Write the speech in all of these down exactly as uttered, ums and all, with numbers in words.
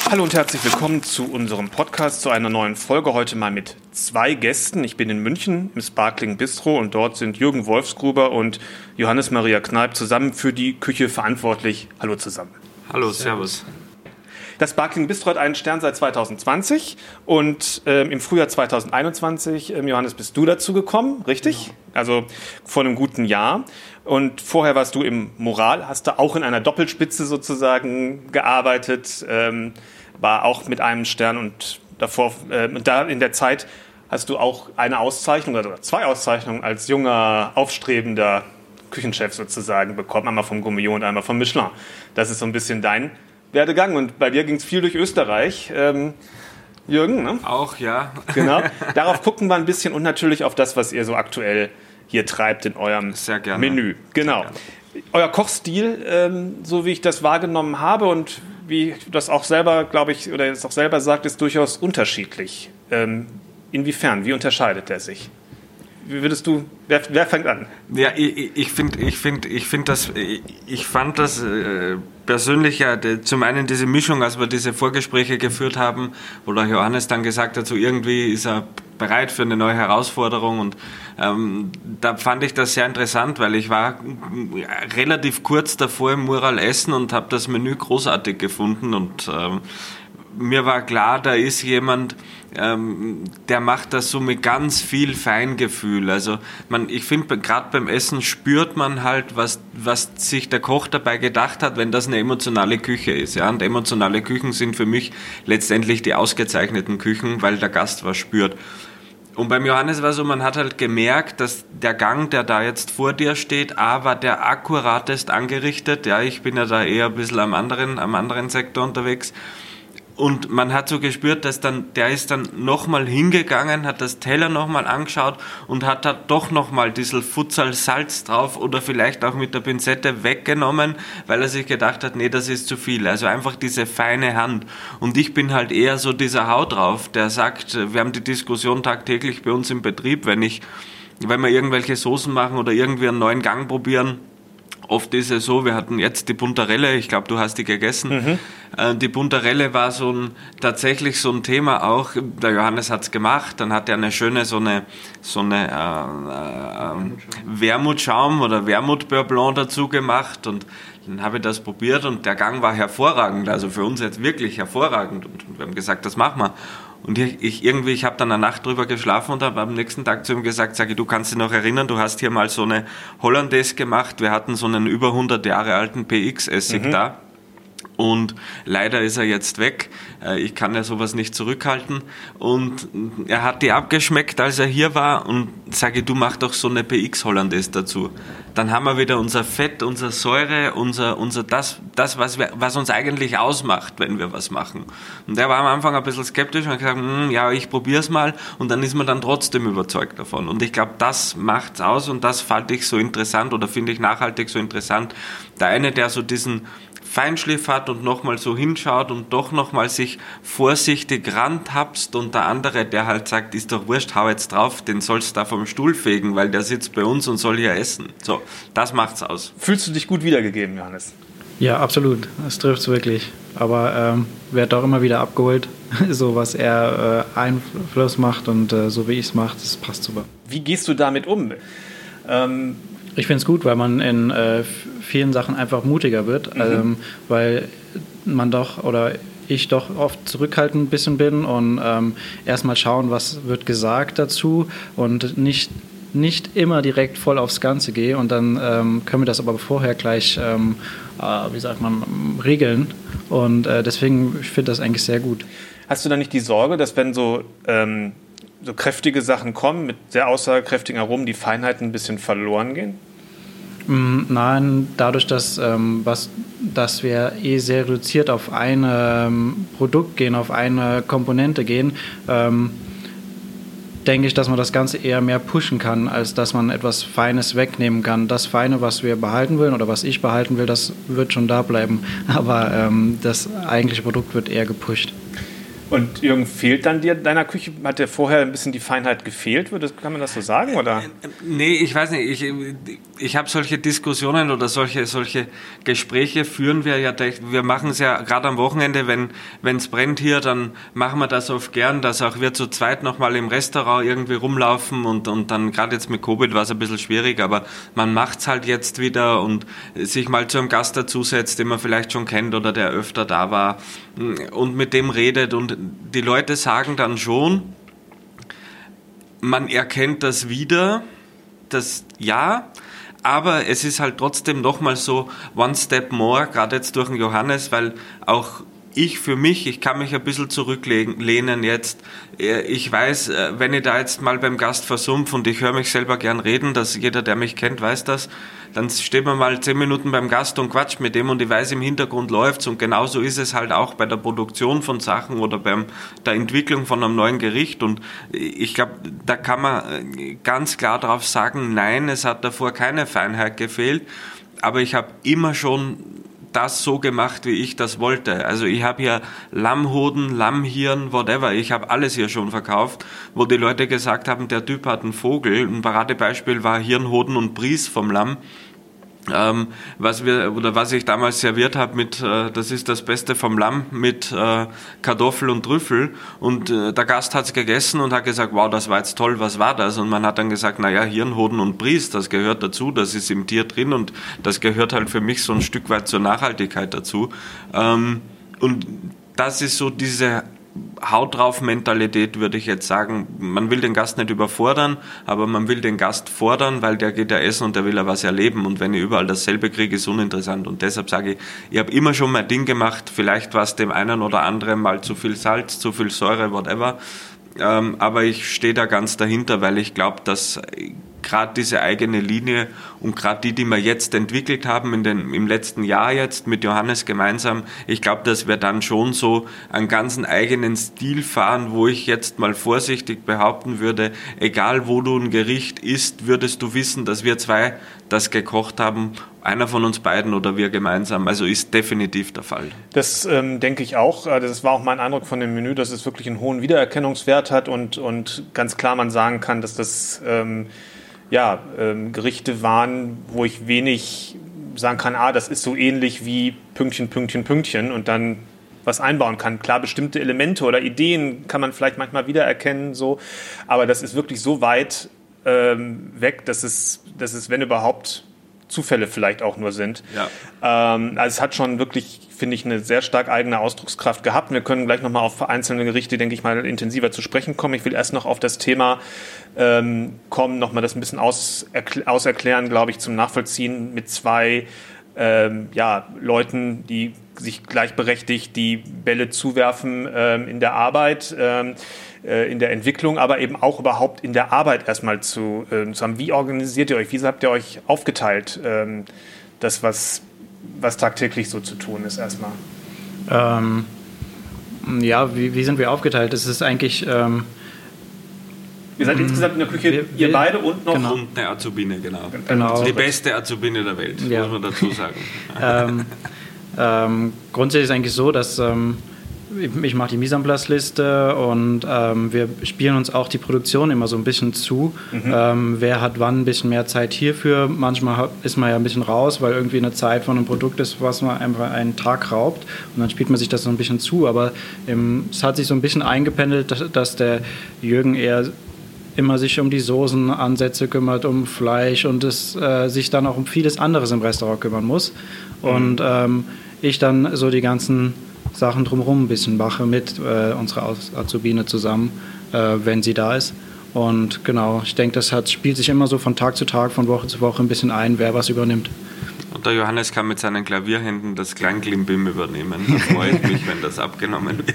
Hallo und herzlich willkommen zu unserem Podcast, zu einer neuen Folge. Heute mal mit zwei Gästen. Ich bin in München im Sparkling Bistro und dort sind Jürgen Wolfsgruber und Johannes Maria Kneip zusammen für die Küche verantwortlich. Hallo zusammen. Hallo, servus. Das Sparkling Bistro hat einen Stern seit zwanzig zwanzig und ähm, im Frühjahr zwanzig einundzwanzig, ähm, Johannes, bist du dazu gekommen, richtig? Genau. Also vor einem guten Jahr. Und vorher warst du im Moral, hast du auch in einer Doppelspitze sozusagen gearbeitet, ähm, war auch mit einem Stern und davor, äh, da in der Zeit hast du auch eine Auszeichnung oder zwei Auszeichnungen als junger, aufstrebender Küchenchef sozusagen bekommen, einmal vom Gourmillon und einmal vom Michelin. Das ist so ein bisschen dein Werdegang und bei dir ging es viel durch Österreich. Ähm, Jürgen, ne? Auch, ja. Genau. Darauf gucken wir ein bisschen und natürlich auf das, was ihr so aktuell hier treibt in eurem Sehr gerne. Menü. Genau. Sehr gerne. Euer Kochstil, ähm, so wie ich das wahrgenommen habe und wie das auch selber, glaube ich, oder es auch selber sagt, ist durchaus unterschiedlich. Ähm, inwiefern? Wie unterscheidet der sich? Wie würdest du, wer, wer fängt an? Ja, ich, ich finde, ich finde, ich finde das, ich, ich fand das äh, persönlich ja, de, zum einen diese Mischung, als wir diese Vorgespräche geführt haben, wo der Johannes dann gesagt hat, so irgendwie ist er bereit für eine neue Herausforderung und ähm, da fand ich das sehr interessant, weil ich war relativ kurz davor im Mural essen und habe das Menü großartig gefunden und ähm, mir war klar, da ist jemand, ähm, der macht das so mit ganz viel Feingefühl. Also man, ich finde, gerade beim Essen spürt man halt, was, was sich der Koch dabei gedacht hat, wenn das eine emotionale Küche ist. Ja? Und emotionale Küchen sind für mich letztendlich die ausgezeichneten Küchen, weil der Gast was spürt. Und beim Johannes war so, man hat halt gemerkt, dass der Gang, der da jetzt vor dir steht, A, war der akkuratest angerichtet. Ja, ich bin ja da eher ein bisschen am anderen, am anderen Sektor unterwegs. Und man hat so gespürt, dass dann, der ist dann nochmal hingegangen, hat das Teller nochmal angeschaut und hat da doch nochmal diesen Futsal Salz drauf oder vielleicht auch mit der Pinzette weggenommen, weil er sich gedacht hat, nee, das ist zu viel. Also einfach diese feine Hand. Und ich bin halt eher so dieser Haut drauf, der sagt, wir haben die Diskussion tagtäglich bei uns im Betrieb, wenn ich, wenn wir irgendwelche Soßen machen oder irgendwie einen neuen Gang probieren. Oft ist es so, wir hatten jetzt die Buntarelle, ich glaube, du hast die gegessen. Mhm. Äh, die Buntarelle war so ein, tatsächlich so ein Thema auch. Der Johannes hat es gemacht, dann hat er eine schöne, so eine, so eine äh, äh, Wermutschaum oder Wermut-Beurre Blanc dazu gemacht und dann habe ich das probiert und der Gang war hervorragend, also für uns jetzt wirklich hervorragend und wir haben gesagt, das machen wir. Und ich, ich irgendwie, ich habe dann eine Nacht drüber geschlafen und habe am nächsten Tag zu ihm gesagt, sage ich, du kannst dich noch erinnern, du hast hier mal so eine Hollandaise gemacht, wir hatten so einen über hundert Jahre alten P X-Essig mhm. da. Und leider ist er jetzt weg. Ich kann ja sowas nicht zurückhalten. Und er hat die abgeschmeckt, als er hier war. Und sage, du mach doch so eine P X-Hollandaise dazu. Dann haben wir wieder unser Fett, unsere Säure, unser, unser das, das was, wir, was uns eigentlich ausmacht, wenn wir was machen. Und er war am Anfang ein bisschen skeptisch und hat gesagt, hm, ja, ich probier's mal. Und dann ist man dann trotzdem überzeugt davon. Und ich glaube, das macht's aus. Und das fand ich so interessant oder finde ich nachhaltig so interessant. Der eine, der so diesen Feinschliff hat und nochmal so hinschaut und doch nochmal sich vorsichtig rantapst und der andere, der halt sagt, ist doch wurscht, hau jetzt drauf, den sollst du da vom Stuhl fegen, weil der sitzt bei uns und soll hier essen. So, das macht's aus. Fühlst du dich gut wiedergegeben, Johannes? Ja, absolut. Das trifft's wirklich. Aber ähm, werde auch immer wieder abgeholt, so was er äh, Einfluss macht und äh, so wie ich es mache, das passt super. Wie gehst du damit um? Ähm Ich finde es gut, weil man in äh, vielen Sachen einfach mutiger wird, mhm. ähm, weil man doch oder ich doch oft zurückhaltend ein bisschen bin und ähm, erstmal schauen, was wird gesagt dazu und nicht, nicht immer direkt voll aufs Ganze gehe und dann ähm, können wir das aber vorher gleich, ähm, äh, wie sagt man, regeln und äh, deswegen, ich finde das eigentlich sehr gut. Hast du da nicht die Sorge, dass wenn so ähm so kräftige Sachen kommen, mit sehr aussagekräftigen Aromen, die Feinheiten ein bisschen verloren gehen? Nein, dadurch, dass, ähm, was, dass wir eh sehr reduziert auf ein ähm, Produkt gehen, auf eine Komponente gehen, ähm, denke ich, dass man das Ganze eher mehr pushen kann, als dass man etwas Feines wegnehmen kann. Das Feine, was wir behalten wollen oder was ich behalten will, das wird schon da bleiben. Aber ähm, das eigentliche Produkt wird eher gepusht. Und Jürgen, fehlt dann dir deiner Küche, hat dir vorher ein bisschen die Feinheit gefehlt? Kann man das so sagen? Oder? Nee, ich weiß nicht. Ich, ich habe solche Diskussionen oder solche, solche Gespräche führen wir ja, wir machen es ja gerade am Wochenende, wenn es brennt hier, dann machen wir das oft gern, dass auch wir zu zweit nochmal im Restaurant irgendwie rumlaufen und, und dann gerade jetzt mit Covid war es ein bisschen schwierig, aber man macht es halt jetzt wieder und sich mal zu einem Gast dazusetzt, den man vielleicht schon kennt oder der öfter da war und mit dem redet und die Leute sagen dann schon, man erkennt das wieder, das ja, aber es ist halt trotzdem nochmal so one step more, gerade jetzt durch den Johannes, weil auch ich für mich, ich kann mich ein bisschen zurücklehnen jetzt. Ich weiß, wenn ich da jetzt mal beim Gast versumpf und ich höre mich selber gern reden, dass jeder, der mich kennt, weiß das, dann steht man mal zehn Minuten beim Gast und quatscht mit dem und ich weiß, im Hintergrund läuft's und genauso ist es halt auch bei der Produktion von Sachen oder bei der Entwicklung von einem neuen Gericht und ich glaube, da kann man ganz klar drauf sagen, nein, es hat davor keine Feinheit gefehlt, aber ich habe immer schon das so gemacht, wie ich das wollte. Also ich habe hier Lammhoden, Lammhirn, whatever. Ich habe alles hier schon verkauft, wo die Leute gesagt haben, der Typ hat einen Vogel. Ein Paradebeispiel war Hirnhoden und Bries vom Lamm. Ähm, was wir oder was ich damals serviert habe mit, äh, das ist das Beste vom Lamm mit äh, Kartoffel und Trüffel und äh, der Gast hat es gegessen und hat gesagt, wow, das war jetzt toll, was war das? Und man hat dann gesagt, naja, Hirnhoden und Bries, das gehört dazu, das ist im Tier drin und das gehört halt für mich so ein Stück weit zur Nachhaltigkeit dazu. Ähm, und das ist so diese Haut drauf Mentalität, würde ich jetzt sagen. Man will den Gast nicht überfordern, aber man will den Gast fordern, weil der geht ja essen und der will ja was erleben und wenn ich überall dasselbe kriege, ist uninteressant und deshalb sage ich, ich habe immer schon mein Ding gemacht, vielleicht war es dem einen oder anderen mal zu viel Salz, zu viel Säure, whatever, ähm, aber ich stehe da ganz dahinter, weil ich glaube, dass gerade diese eigene Linie und gerade die, die wir jetzt entwickelt haben in den, im letzten Jahr jetzt mit Johannes gemeinsam, ich glaube, dass wir dann schon so einen ganzen eigenen Stil fahren, wo ich jetzt mal vorsichtig behaupten würde, egal wo du ein Gericht isst, würdest du wissen, dass wir zwei das gekocht haben, einer von uns beiden oder wir gemeinsam, also ist definitiv der Fall. Das ähm, denke ich auch. Das war auch mein Eindruck von dem Menü, dass es wirklich einen hohen Wiedererkennungswert hat und, und ganz klar man sagen kann, dass das ähm, ja, ähm, Gerichte waren, wo ich wenig sagen kann, ah, das ist so ähnlich wie Pünktchen, Pünktchen, Pünktchen und dann was einbauen kann. Klar, bestimmte Elemente oder Ideen kann man vielleicht manchmal wiedererkennen, so, aber das ist wirklich so weit ähm, weg, dass es, dass es, wenn überhaupt, Zufälle vielleicht auch nur sind. Ja. Ähm, also es hat schon wirklich, finde ich, eine sehr stark eigene Ausdruckskraft gehabt. Wir können gleich nochmal auf einzelne Gerichte, denke ich mal, intensiver zu sprechen kommen. Ich will erst noch auf das Thema ähm, kommen, nochmal das ein bisschen aus, auserklären, glaube ich, zum Nachvollziehen mit zwei ähm, ja, Leuten, die sich gleichberechtigt die Bälle zuwerfen ähm, in der Arbeit, ähm, in der Entwicklung, aber eben auch überhaupt in der Arbeit erstmal zu, äh, zu haben. Wie organisiert ihr euch? Wie habt ihr euch aufgeteilt, ähm, das, was, was tagtäglich so zu tun ist erstmal? Ähm, ja, wie, wie sind wir aufgeteilt? Es ist eigentlich... Ähm, ihr seid insgesamt in der Küche, wir, ihr wir, beide und noch... Genau. Und eine Azubine, genau. genau. Die beste Azubine der Welt, ja. muss man dazu sagen. ähm, ähm, grundsätzlich ist es eigentlich so, dass... Ähm, ich mache die Mise en place Liste und ähm, wir spielen uns auch die Produktion immer so ein bisschen zu. Mhm. Ähm, wer hat wann ein bisschen mehr Zeit hierfür? Manchmal ist man ja ein bisschen raus, weil irgendwie eine Zeit von einem Produkt ist, was man einfach einen Tag raubt und dann spielt man sich das so ein bisschen zu. Aber ähm, es hat sich so ein bisschen eingependelt, dass, dass der Jürgen eher immer sich um die Soßenansätze kümmert, um Fleisch und es, äh, sich dann auch um vieles anderes im Restaurant kümmern muss. Mhm. Und ähm, ich dann so die ganzen Sachen drumherum ein bisschen mache mit äh, unserer Azubine zusammen, äh, wenn sie da ist. Und genau, ich denke, das hat, spielt sich immer so von Tag zu Tag, von Woche zu Woche ein bisschen ein, wer was übernimmt. Und der Johannes kann mit seinen Klavierhänden das Kleinklimbim übernehmen. Da freue ich mich, wenn das abgenommen wird.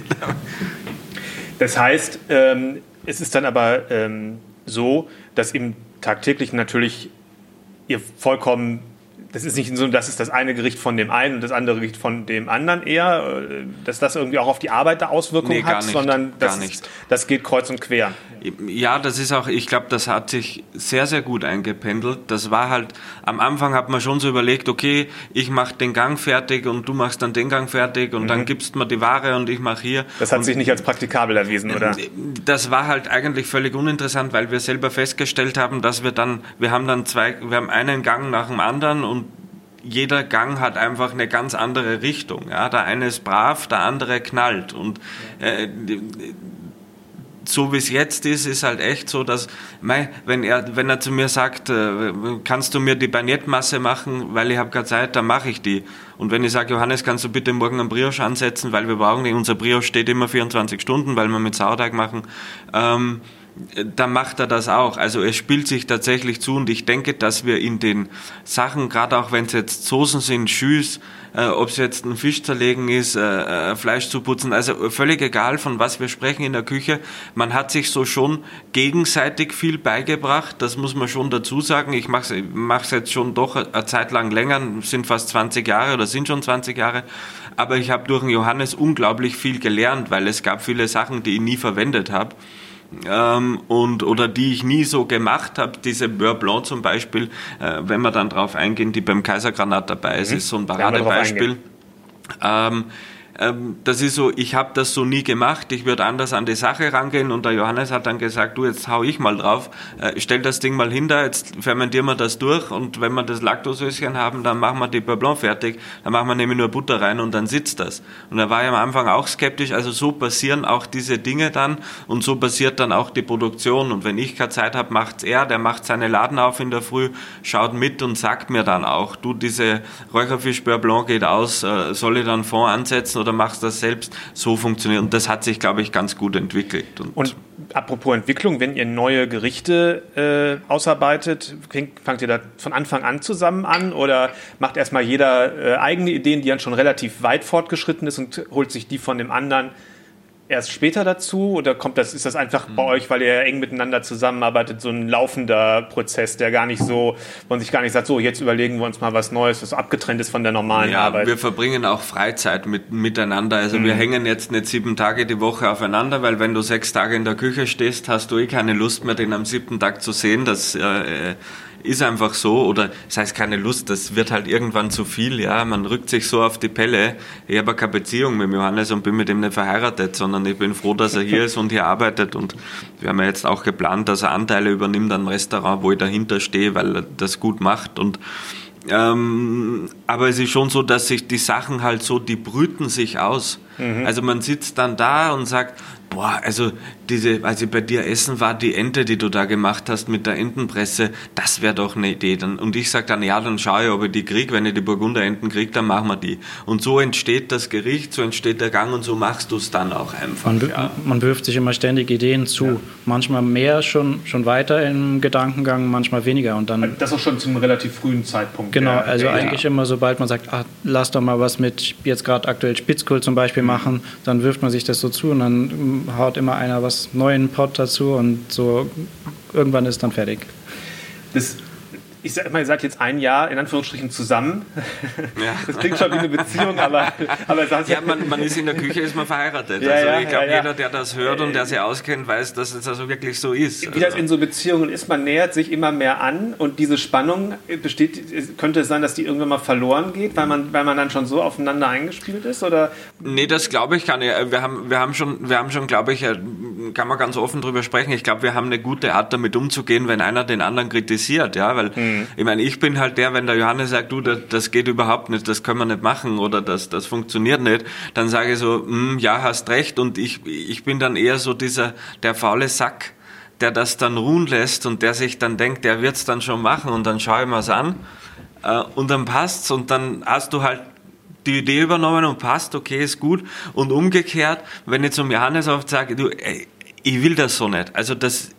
Das heißt, ähm, es ist dann aber ähm, so, dass im tagtäglich natürlich ihr vollkommen das ist nicht so, dass es das eine Gericht von dem einen und das andere Gericht von dem anderen eher, dass das irgendwie auch auf die Arbeit da Auswirkungen nee, gar hat, nicht, sondern das, gar nicht. Ist, das geht kreuz und quer. Ja, das ist auch, ich glaube, das hat sich sehr, sehr gut eingependelt. Das war halt, am Anfang hat man schon so überlegt, okay, ich mache den Gang fertig und du machst dann den Gang fertig und mhm. dann gibst mir die Ware und ich mache hier. Das hat und sich nicht als praktikabel erwiesen, oder? Das war halt eigentlich völlig uninteressant, weil wir selber festgestellt haben, dass wir dann, wir haben dann zwei, wir haben einen Gang nach dem anderen und jeder Gang hat einfach eine ganz andere Richtung. Ja? Der eine ist brav, der andere knallt. Und äh, so wie es jetzt ist, ist halt echt so, dass, mei, wenn er, wenn er zu mir sagt, äh, kannst du mir die Bagnettmasse machen, weil ich habe keine Zeit, dann mache ich die. Und wenn ich sage, Johannes, kannst du bitte morgen einen Brioche ansetzen, weil wir brauchen nicht, unser Brioche steht immer vierundzwanzig Stunden, weil wir mit Sauerteig machen, ähm, dann macht er das auch. Also es spielt sich tatsächlich zu und ich denke, dass wir in den Sachen, gerade auch wenn es jetzt Soßen sind, Jus, äh, ob es jetzt ein Fisch zerlegen ist, äh, Fleisch zu putzen, also völlig egal, von was wir sprechen in der Küche, man hat sich so schon gegenseitig viel beigebracht, das muss man schon dazu sagen. Ich mache es jetzt schon doch eine Zeit lang länger, sind fast zwanzig Jahre oder sind schon zwanzig Jahre, aber ich habe durch den Johannes unglaublich viel gelernt, weil es gab viele Sachen, die ich nie verwendet habe. Ähm, und oder die ich nie so gemacht habe, diese Beurre Blanc zum Beispiel, äh, wenn wir dann drauf eingehen, die beim Kaisergranat dabei ist, mhm. ist so ein Paradebeispiel. Ähm, ähm, das ist so, ich habe das so nie gemacht, ich würde anders an die Sache rangehen und der Johannes hat dann gesagt, du, jetzt hau ich mal drauf, äh, stell das Ding mal hin da, jetzt fermentieren wir das durch und wenn wir das Laktosöschen haben, dann machen wir die Beurre Blanc fertig, dann machen wir nämlich nur Butter rein und dann sitzt das. Und da war ich am Anfang auch skeptisch, also so passieren auch diese Dinge dann und so passiert dann auch die Produktion und wenn ich keine Zeit habe, macht's er, der macht seine Laden auf in der Früh, schaut mit und sagt mir dann auch, du, diese Räucherfisch Beurre Blanc geht aus, äh, soll ich dann Fond ansetzen oder machst das selbst, so funktioniert. Und das hat sich, glaube ich, ganz gut entwickelt. Und, und apropos Entwicklung, wenn ihr neue Gerichte äh, ausarbeitet, fangt ihr da von Anfang an zusammen an oder macht erstmal jeder äh, eigene Ideen, die dann schon relativ weit fortgeschritten ist und holt sich die von dem anderen erst später dazu oder kommt das, ist das einfach bei euch, weil ihr eng miteinander zusammenarbeitet, so ein laufender Prozess, der gar nicht so, wo man sich gar nicht sagt, so jetzt überlegen wir uns mal was Neues, was abgetrennt ist von der normalen ja, Arbeit. Wir verbringen auch Freizeit mit, miteinander, also mhm. wir hängen jetzt nicht sieben Tage die Woche aufeinander, weil wenn du sechs Tage in der Küche stehst, hast du eh keine Lust mehr, den am siebten Tag zu sehen, das äh, ist einfach so, oder das heißt keine Lust, das wird halt irgendwann zu viel, ja, man rückt sich so auf die Pelle. Ich habe keine Beziehung mit Johannes und bin mit ihm nicht verheiratet, sondern ich bin froh, dass er hier ist und hier arbeitet und wir haben ja jetzt auch geplant, dass er Anteile übernimmt an einem Restaurant, wo ich dahinter stehe, weil er das gut macht und ähm, aber es ist schon so, dass sich die Sachen halt so, die brüten sich aus. Mhm. Also man sitzt dann da und sagt, boah, also diese, als ich bei dir essen war, die Ente, die du da gemacht hast mit der Entenpresse, das wäre doch eine Idee. Dann, und ich sage dann, ja, dann schaue ich, ob ich die kriege. Wenn ich die Burgunderenten kriege, dann machen wir die. Und so entsteht das Gericht, so entsteht der Gang und so machst du es dann auch einfach. Man, ja. man wirft sich immer ständig Ideen zu. Ja. Manchmal mehr schon, schon weiter im Gedankengang, manchmal weniger. Und dann, das auch schon zum relativ frühen Zeitpunkt. Genau, der, also der, eigentlich ja. immer, sobald man sagt, ach, lass doch mal was mit jetzt gerade aktuell Spitzkohl zum Beispiel mhm. machen, dann wirft man sich das so zu und dann haut immer einer was neuen Pot dazu und so irgendwann ist dann fertig. Das, ich sag mal, ihr seid jetzt ein Jahr in Anführungsstrichen zusammen. Ja. Das klingt schon wie eine Beziehung, aber... aber das ja, man, man ist in der Küche, ist man verheiratet. Ja, also ja, ich glaube, ja, ja. jeder, der das hört und der sich auskennt, weiß, dass es also wirklich so ist. Wie das in so Beziehungen ist, man nähert sich immer mehr an und diese Spannung besteht, könnte es sein, dass die irgendwann mal verloren geht, weil man, weil man dann schon so aufeinander eingespielt ist? Oder? Nee, das glaube ich gar nicht. Wir haben, wir haben schon, wir haben schon, glaube ich, kann man ganz offen drüber sprechen. Ich glaube, wir haben eine gute Art, damit umzugehen, wenn einer den anderen kritisiert, ja, weil hm. ich meine, ich bin halt der, wenn der Johannes sagt, du, das, das geht überhaupt nicht, das können wir nicht machen oder das, das funktioniert nicht, dann sage ich so, ja, hast recht und ich, ich bin dann eher so dieser, der faule Sack, der das dann ruhen lässt und der sich dann denkt, der wird's dann schon machen und dann schaue ich mir's an äh, und dann passt's und dann hast du halt die Idee übernommen und passt, okay, ist gut und umgekehrt, wenn ich zum Johannes oft sage, du, ey, ich will das so nicht, also das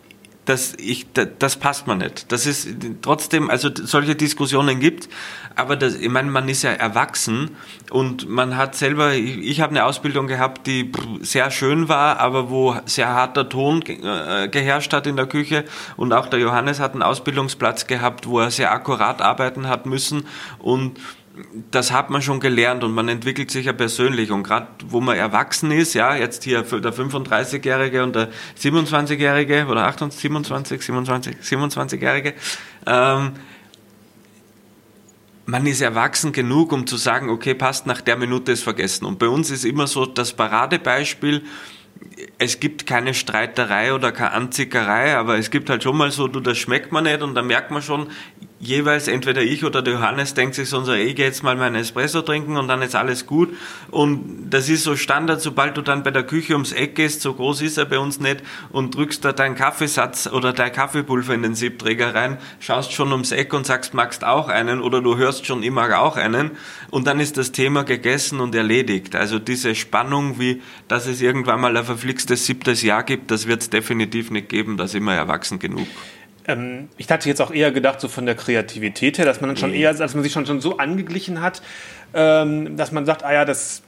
das, ich, das passt mir nicht. Das ist trotzdem, also solche Diskussionen gibt, aber das, ich meine, man ist ja erwachsen und man hat selber, ich, ich habe eine Ausbildung gehabt, die sehr schön war, aber wo sehr harter Ton äh, geherrscht hat in der Küche, und auch der Johannes hat einen Ausbildungsplatz gehabt, wo er sehr akkurat arbeiten hat müssen, und das hat man schon gelernt und man entwickelt sich ja persönlich, und gerade wo man erwachsen ist, ja, jetzt hier der fünfunddreißigjährige und der siebenundzwanzigjährige oder achtundzwanzig, siebenundzwanzig, siebenundzwanzig, siebenundzwanzigjährige, ähm, man ist erwachsen genug, um zu sagen, okay, passt, nach der Minute ist vergessen. Und bei uns ist immer so das Paradebeispiel, es gibt keine Streiterei oder keine Anzickerei, aber es gibt halt schon mal so, du, das schmeckt man nicht, und dann merkt man schon, jeweils entweder ich oder der Johannes denkt sich so, ich gehe jetzt mal meinen Espresso trinken und dann ist alles gut, und das ist so Standard, sobald du dann bei der Küche ums Eck gehst, so groß ist er bei uns nicht, und drückst da deinen Kaffeesatz oder dein Kaffeepulver in den Siebträger rein, schaust schon ums Eck und sagst, magst auch einen, oder du hörst schon, ich mag auch einen, und dann ist das Thema gegessen und erledigt. Also diese Spannung, wie dass es irgendwann mal ein verflixtes siebtes Jahr gibt, das wird es definitiv nicht geben, da sind wir erwachsen genug. Ähm, ich hatte jetzt auch eher gedacht, so von der Kreativität her, dass man dann schon eher, als man sich schon, schon so angeglichen hat, ähm, dass man sagt, ah ja, das,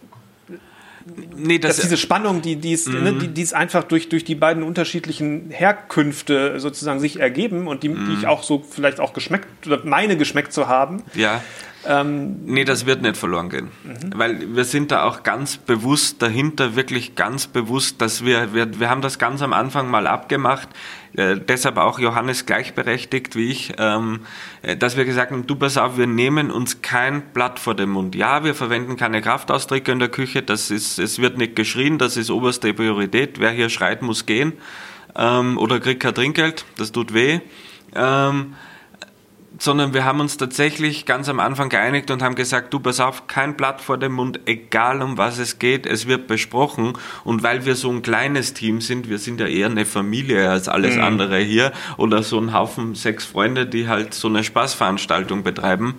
nee, das dass diese Spannung, die, die, ist, mm. ne, die, die ist einfach durch, durch die beiden unterschiedlichen Herkünfte sozusagen sich ergeben, und die, mm. die ich auch so vielleicht auch geschmeckt, oder meine geschmeckt zu haben. Ja. Ähm, nee, das wird nicht verloren gehen, mhm. weil wir sind da auch ganz bewusst dahinter, wirklich ganz bewusst, dass wir, wir, wir haben das ganz am Anfang mal abgemacht, äh, deshalb auch Johannes gleichberechtigt wie ich, ähm, dass wir gesagt haben, du pass auf, wir nehmen uns kein Blatt vor den Mund. Ja, wir verwenden keine Kraftausdrücke in der Küche, das ist, es wird nicht geschrien, das ist oberste Priorität, wer hier schreit, muss gehen, ähm, oder kriegt kein Trinkgeld, das tut weh, ähm, sondern wir haben uns tatsächlich ganz am Anfang geeinigt und haben gesagt, du pass auf, kein Blatt vor dem Mund, egal um was es geht, es wird besprochen, und weil wir so ein kleines Team sind, wir sind ja eher eine Familie als alles mhm. andere hier, oder so ein Haufen sechs Freunde, die halt so eine Spaßveranstaltung betreiben,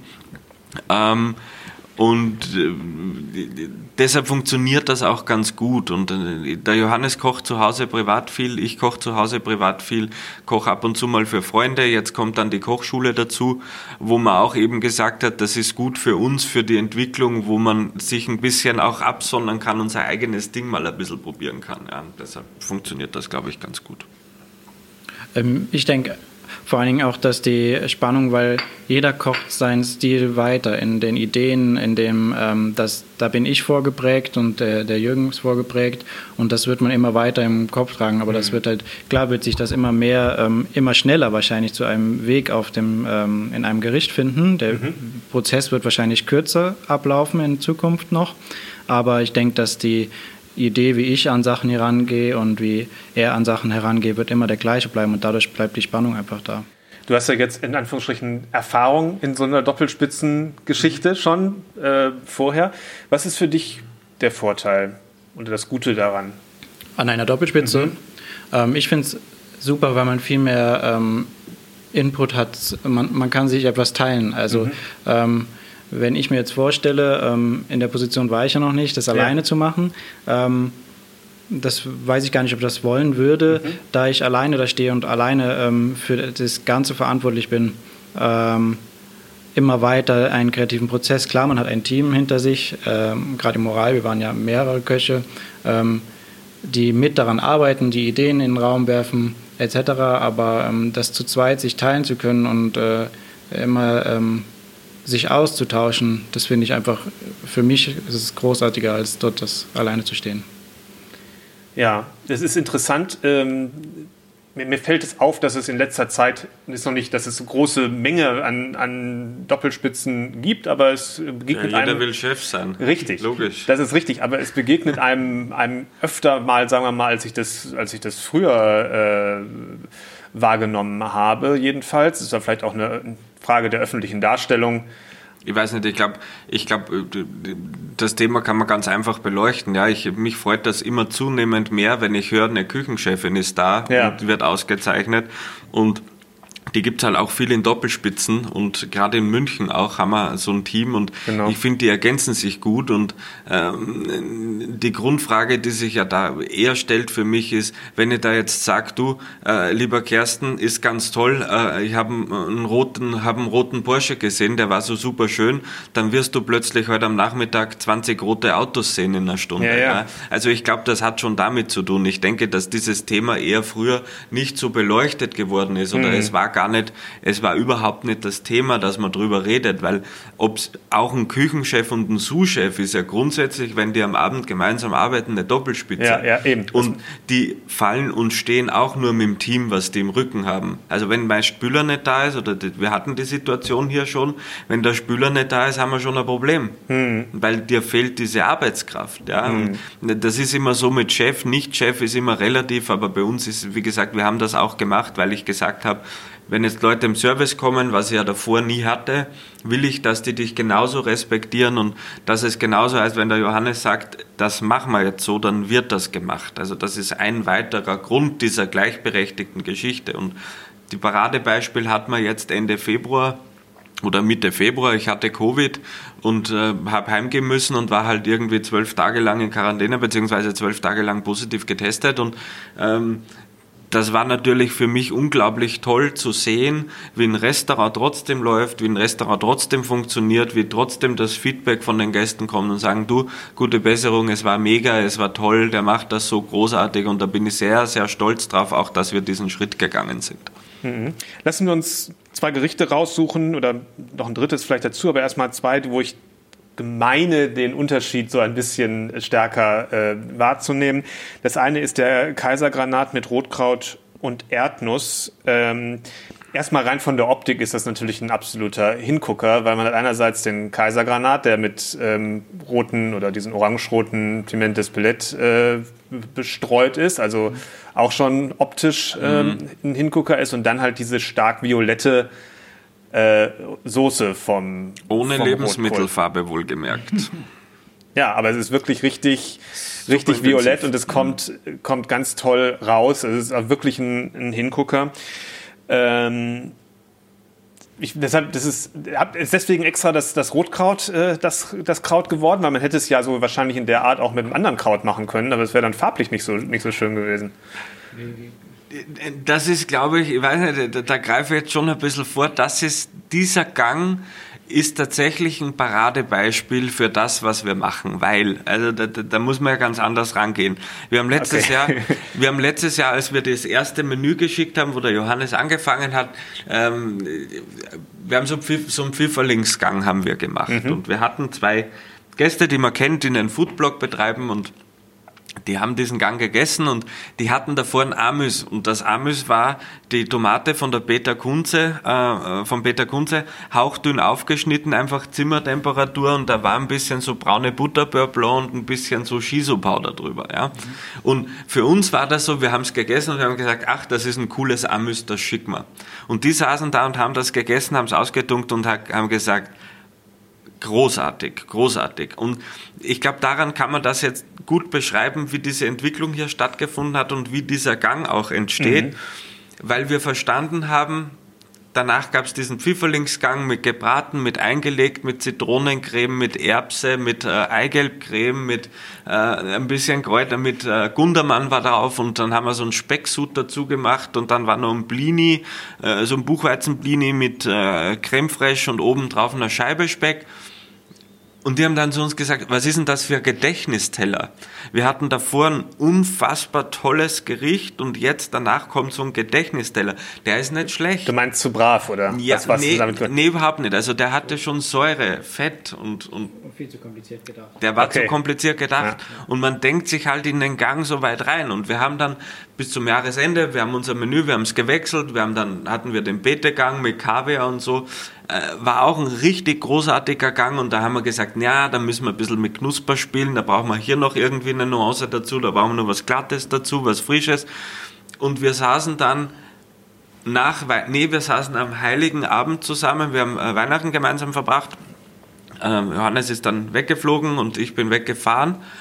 ähm, und äh, deshalb funktioniert das auch ganz gut, und äh, der Johannes kocht zu Hause privat viel, ich koche zu Hause privat viel, koche ab und zu mal für Freunde, jetzt kommt dann die Kochschule dazu, wo man auch eben gesagt hat, das ist gut für uns, für die Entwicklung, wo man sich ein bisschen auch absondern kann und sein eigenes Ding mal ein bisschen probieren kann. Ja, deshalb funktioniert das, glaube ich, ganz gut. Ähm, ich denke vor allen Dingen auch, dass die Spannung, weil jeder kocht seinen Stil weiter in den Ideen, in dem, ähm, das, da bin ich vorgeprägt und der, der Jürgen ist vorgeprägt, und das wird man immer weiter im Kopf tragen, aber mhm. das wird halt, klar wird sich das immer mehr, ähm, immer schneller wahrscheinlich zu einem Weg auf dem, ähm, in einem Gericht finden. Der mhm. Prozess wird wahrscheinlich kürzer ablaufen in Zukunft noch, aber ich denke, dass die Idee, wie ich an Sachen herangehe und wie er an Sachen herangeht, wird immer der gleiche bleiben, und dadurch bleibt die Spannung einfach da. Du hast ja jetzt in Anführungsstrichen Erfahrung in so einer Doppelspitzengeschichte schon äh, vorher. Was ist für dich der Vorteil oder das Gute daran? An einer Doppelspitze? Mhm. Ähm, ich finde es super, weil man viel mehr ähm, Input hat. Man, man kann sich etwas teilen. Also mhm. ähm, wenn ich mir jetzt vorstelle, ähm, in der Position war ich ja noch nicht, das alleine ja. zu machen, ähm, das weiß ich gar nicht, ob ich das wollen würde, mhm. da ich alleine da stehe und alleine ähm, für das Ganze verantwortlich bin. Ähm, immer weiter einen kreativen Prozess. Klar, man hat ein Team hinter sich, ähm, gerade im Moral, wir waren ja mehrere Köche, ähm, die mit daran arbeiten, die Ideen in den Raum werfen, et cetera. Aber ähm, das zu zweit sich teilen zu können und äh, immer ähm, sich auszutauschen, das finde ich einfach, für mich ist es großartiger, als dort das alleine zu stehen. Ja, das ist interessant. Ähm, mir, mir fällt es auf, dass es in letzter Zeit, ist noch nicht, dass es eine große Menge an, an Doppelspitzen gibt, aber es begegnet ja, jeder einem... will Chef sein. Richtig, logisch. Das ist richtig, aber es begegnet einem, einem öfter mal, sagen wir mal, als ich das, als ich das früher äh, wahrgenommen habe, jedenfalls. Das ist ja vielleicht auch eine Frage der öffentlichen Darstellung. Ich weiß nicht, ich glaube, ich glaub, das Thema kann man ganz einfach beleuchten. Ja, ich, mich freut das immer zunehmend mehr, wenn ich höre, eine Küchenchefin ist da ja. und wird ausgezeichnet. Und die gibt es halt auch viel in Doppelspitzen und gerade in München auch haben wir so ein Team und genau. Ich finde, die ergänzen sich gut und ähm, die Grundfrage, die sich ja da eher stellt für mich ist, wenn ich da jetzt sage, du, äh, lieber Kersten, ist ganz toll, äh, ich habe einen roten, hab einen roten Porsche gesehen, der war so super schön, dann wirst du plötzlich heute am Nachmittag zwanzig rote Autos sehen in einer Stunde. Ja, ja. Ja. Also ich glaube, das hat schon damit zu tun. Ich denke, dass dieses Thema eher früher nicht so beleuchtet geworden ist oder mhm. es war gar nicht, es war überhaupt nicht das Thema, dass man drüber redet, weil ob es auch ein Küchenchef und ein Sous-Chef ist ja grundsätzlich, wenn die am Abend gemeinsam arbeiten, eine Doppelspitze. Ja, ja, eben. Und die fallen und stehen auch nur mit dem Team, was die im Rücken haben. Also wenn mein Spüler nicht da ist, oder die, wir hatten die Situation hier schon, wenn der Spüler nicht da ist, haben wir schon ein Problem, hm. weil dir fehlt diese Arbeitskraft. Ja? Hm. Und das ist immer so mit Chef, nicht Chef ist immer relativ, aber bei uns ist, wie gesagt, wir haben das auch gemacht, weil ich gesagt habe, wenn jetzt Leute im Service kommen, was ich ja davor nie hatte, will ich, dass die dich genauso respektieren und dass es genauso heißt, wenn der Johannes sagt, das machen wir jetzt so, dann wird das gemacht. Also das ist ein weiterer Grund dieser gleichberechtigten Geschichte. Und die Paradebeispiel hat man jetzt Ende Februar oder Mitte Februar. Ich hatte Covid und äh, habe heimgehen müssen und war halt irgendwie zwölf Tage lang in Quarantäne, beziehungsweise zwölf Tage lang positiv getestet und ähm, das war natürlich für mich unglaublich toll zu sehen, wie ein Restaurant trotzdem läuft, wie ein Restaurant trotzdem funktioniert, wie trotzdem das Feedback von den Gästen kommt und sagen, du, gute Besserung, es war mega, es war toll, der macht das so großartig und da bin ich sehr, sehr stolz drauf, auch dass wir diesen Schritt gegangen sind. Mhm. Lassen wir uns zwei Gerichte raussuchen oder noch ein drittes vielleicht dazu, aber erstmal zwei, wo ich meine, den Unterschied so ein bisschen stärker äh, wahrzunehmen. Das eine ist der Kaisergranat mit Rotkraut und Erdnuss. Ähm, erstmal rein von der Optik ist das natürlich ein absoluter Hingucker, weil man hat einerseits den Kaisergranat, der mit ähm, roten oder diesen orange-roten Piment d'Espelette äh, bestreut ist, also auch schon optisch ähm, ein Hingucker ist und dann halt diese stark violette Äh, Soße vom Ohne vom Lebensmittelfarbe wohlgemerkt. Ja, aber es ist wirklich richtig, Super richtig intensiv. Violett und es kommt, kommt ganz toll raus. Es ist auch wirklich ein, ein Hingucker. Ähm, ich, deshalb, das ist, ist deswegen extra das, das Rotkraut äh, das, das Kraut geworden, weil man hätte es ja so wahrscheinlich in der Art auch mit einem anderen Kraut machen können, aber es wäre dann farblich nicht so, nicht so schön gewesen. Das ist, glaube ich, ich weiß nicht, da, da greife ich jetzt schon ein bisschen vor, das ist, dieser Gang ist tatsächlich ein Paradebeispiel für das, was wir machen, weil, also da, da, da muss man ja ganz anders rangehen. Wir haben letztes okay. Jahr, wir haben letztes Jahr, als wir das erste Menü geschickt haben, wo der Johannes angefangen hat, ähm, wir haben so, so einen Pfifferlingsgang haben wir gemacht mhm. und wir hatten zwei Gäste, die man kennt, die einen Foodblog betreiben und die haben diesen Gang gegessen und die hatten davor ein Amüs und das Amüs war die Tomate von der Peter Kunze, äh, von Peter Kunze, hauchdünn aufgeschnitten, einfach Zimmertemperatur und da war ein bisschen so braune Butterbeurre Blanc und ein bisschen so Shiso-Powder drüber. Ja. Mhm. Und für uns war das so, wir haben es gegessen und wir haben gesagt, ach, das ist ein cooles Amüs, das schicken wir. Und die saßen da und haben das gegessen, haben es ausgetunkt und haben gesagt, großartig, großartig. Und ich glaube, daran kann man das jetzt gut beschreiben, wie diese Entwicklung hier stattgefunden hat und wie dieser Gang auch entsteht, mhm. weil wir verstanden haben, danach gab es diesen Pfifferlingsgang mit gebraten, mit eingelegt, mit Zitronencreme, mit Erbse, mit äh, Eigelbcreme, mit äh, ein bisschen Kräuter, mit äh, Gundermann war drauf und dann haben wir so einen Specksud dazu gemacht und dann war noch ein Blini, äh, so ein Buchweizenblini mit äh, Creme fraiche und obendrauf eine Scheibe Speck. Und die haben dann zu uns gesagt, was ist denn das für ein Gedächtnisteller? Wir hatten davor ein unfassbar tolles Gericht und jetzt danach kommt so ein Gedächtnisteller. Der ist nicht schlecht. Du meinst zu brav, oder? Ja, was, was nee, nee, überhaupt nicht. Also der hatte schon Säure, Fett und... und viel zu kompliziert gedacht. Der war okay. zu kompliziert Ja. gedacht. Und man denkt sich halt in den Gang so weit rein. Und wir haben dann bis zum Jahresende, wir haben unser Menü, wir haben es gewechselt, wir haben dann, hatten wir den Betegang mit Kaviar und so. War auch ein richtig großartiger Gang und da haben wir gesagt, ja, da müssen wir ein bisschen mit Knusper spielen, da brauchen wir hier noch irgendwie eine Nuance dazu, da brauchen wir noch was Glattes dazu, was Frisches. Und wir saßen dann nach, nee, wir saßen am Heiligen Abend zusammen, wir haben Weihnachten gemeinsam verbracht. Johannes ist dann weggeflogen und ich bin weggefahren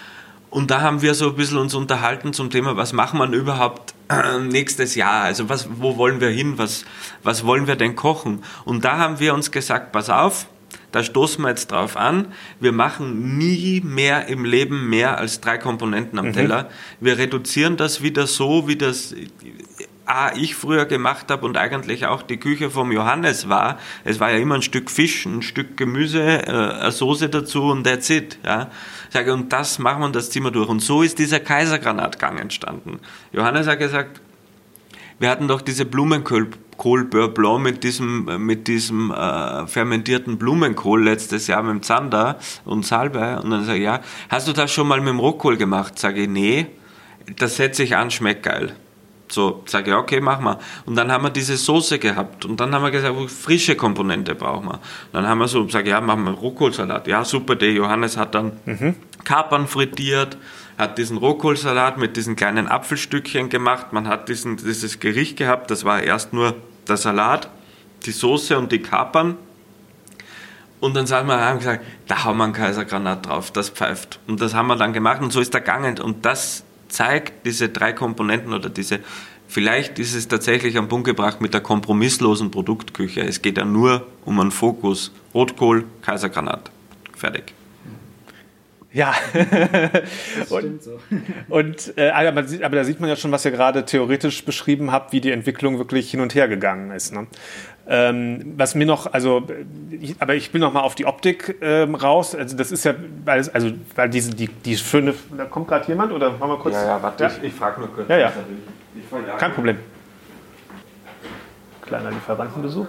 Und da haben wir so ein bisschen uns unterhalten zum Thema, was machen wir überhaupt äh, nächstes Jahr? Also was, wo wollen wir hin? Was, was wollen wir denn kochen? Und da haben wir uns gesagt, pass auf, da stoßen wir jetzt drauf an, wir machen nie mehr im Leben mehr als drei Komponenten am mhm. Teller. Wir reduzieren das wieder so, wie das A, ich früher gemacht habe und eigentlich auch die Küche vom Johannes war. Es war ja immer ein Stück Fisch, ein Stück Gemüse, äh, eine Soße dazu und that's it. Ja. Ich sage, und das machen wir und das ziehen wir durch. Und so ist dieser Kaisergranatgang entstanden. Johannes hat gesagt, wir hatten doch diese Blumenkohl Beurre Blanc mit diesem, mit diesem äh, fermentierten Blumenkohl letztes Jahr mit dem Zander und Salbei. Und dann sage ich, ja, hast du das schon mal mit dem Rohkohl gemacht? Sage ich, nee, das setze ich an, schmeckt geil. So, sage ich, okay, mach mal. Und dann haben wir diese Soße gehabt. Und dann haben wir gesagt, frische Komponente brauchen wir. Und dann haben wir so, sage ich, ja, machen wir Rohkohlsalat. Ja, super, der Johannes hat dann mhm. Kapern frittiert, hat diesen Rohkohlsalat mit diesen kleinen Apfelstückchen gemacht. Man hat diesen, dieses Gericht gehabt, das war erst nur der Salat, die Soße und die Kapern. Und dann sagen wir, haben gesagt, da haben wir einen Kaisergranat drauf, das pfeift. Und das haben wir dann gemacht und so ist der Gang. Und das zeigt diese drei Komponenten oder diese, vielleicht ist es tatsächlich am Punkt gebracht mit der kompromisslosen Produktküche. Es geht ja nur um einen Fokus. Rotkohl, Kaisergranat. Fertig. Ja, das und, stimmt so. und äh, aber, aber da sieht man ja schon, was ihr gerade theoretisch beschrieben habt, wie die Entwicklung wirklich hin und her gegangen ist. Ne? Ähm, was mir noch, also, ich, aber ich will noch mal auf die Optik ähm, raus. Also das ist ja, weil es, also weil diese die die schöne, da kommt gerade jemand oder machen wir kurz? Ja, ja, warte, ja? ich, ich frage nur kurz. Ja, ja. Kein Problem. Kleiner Lieferantenbesuch.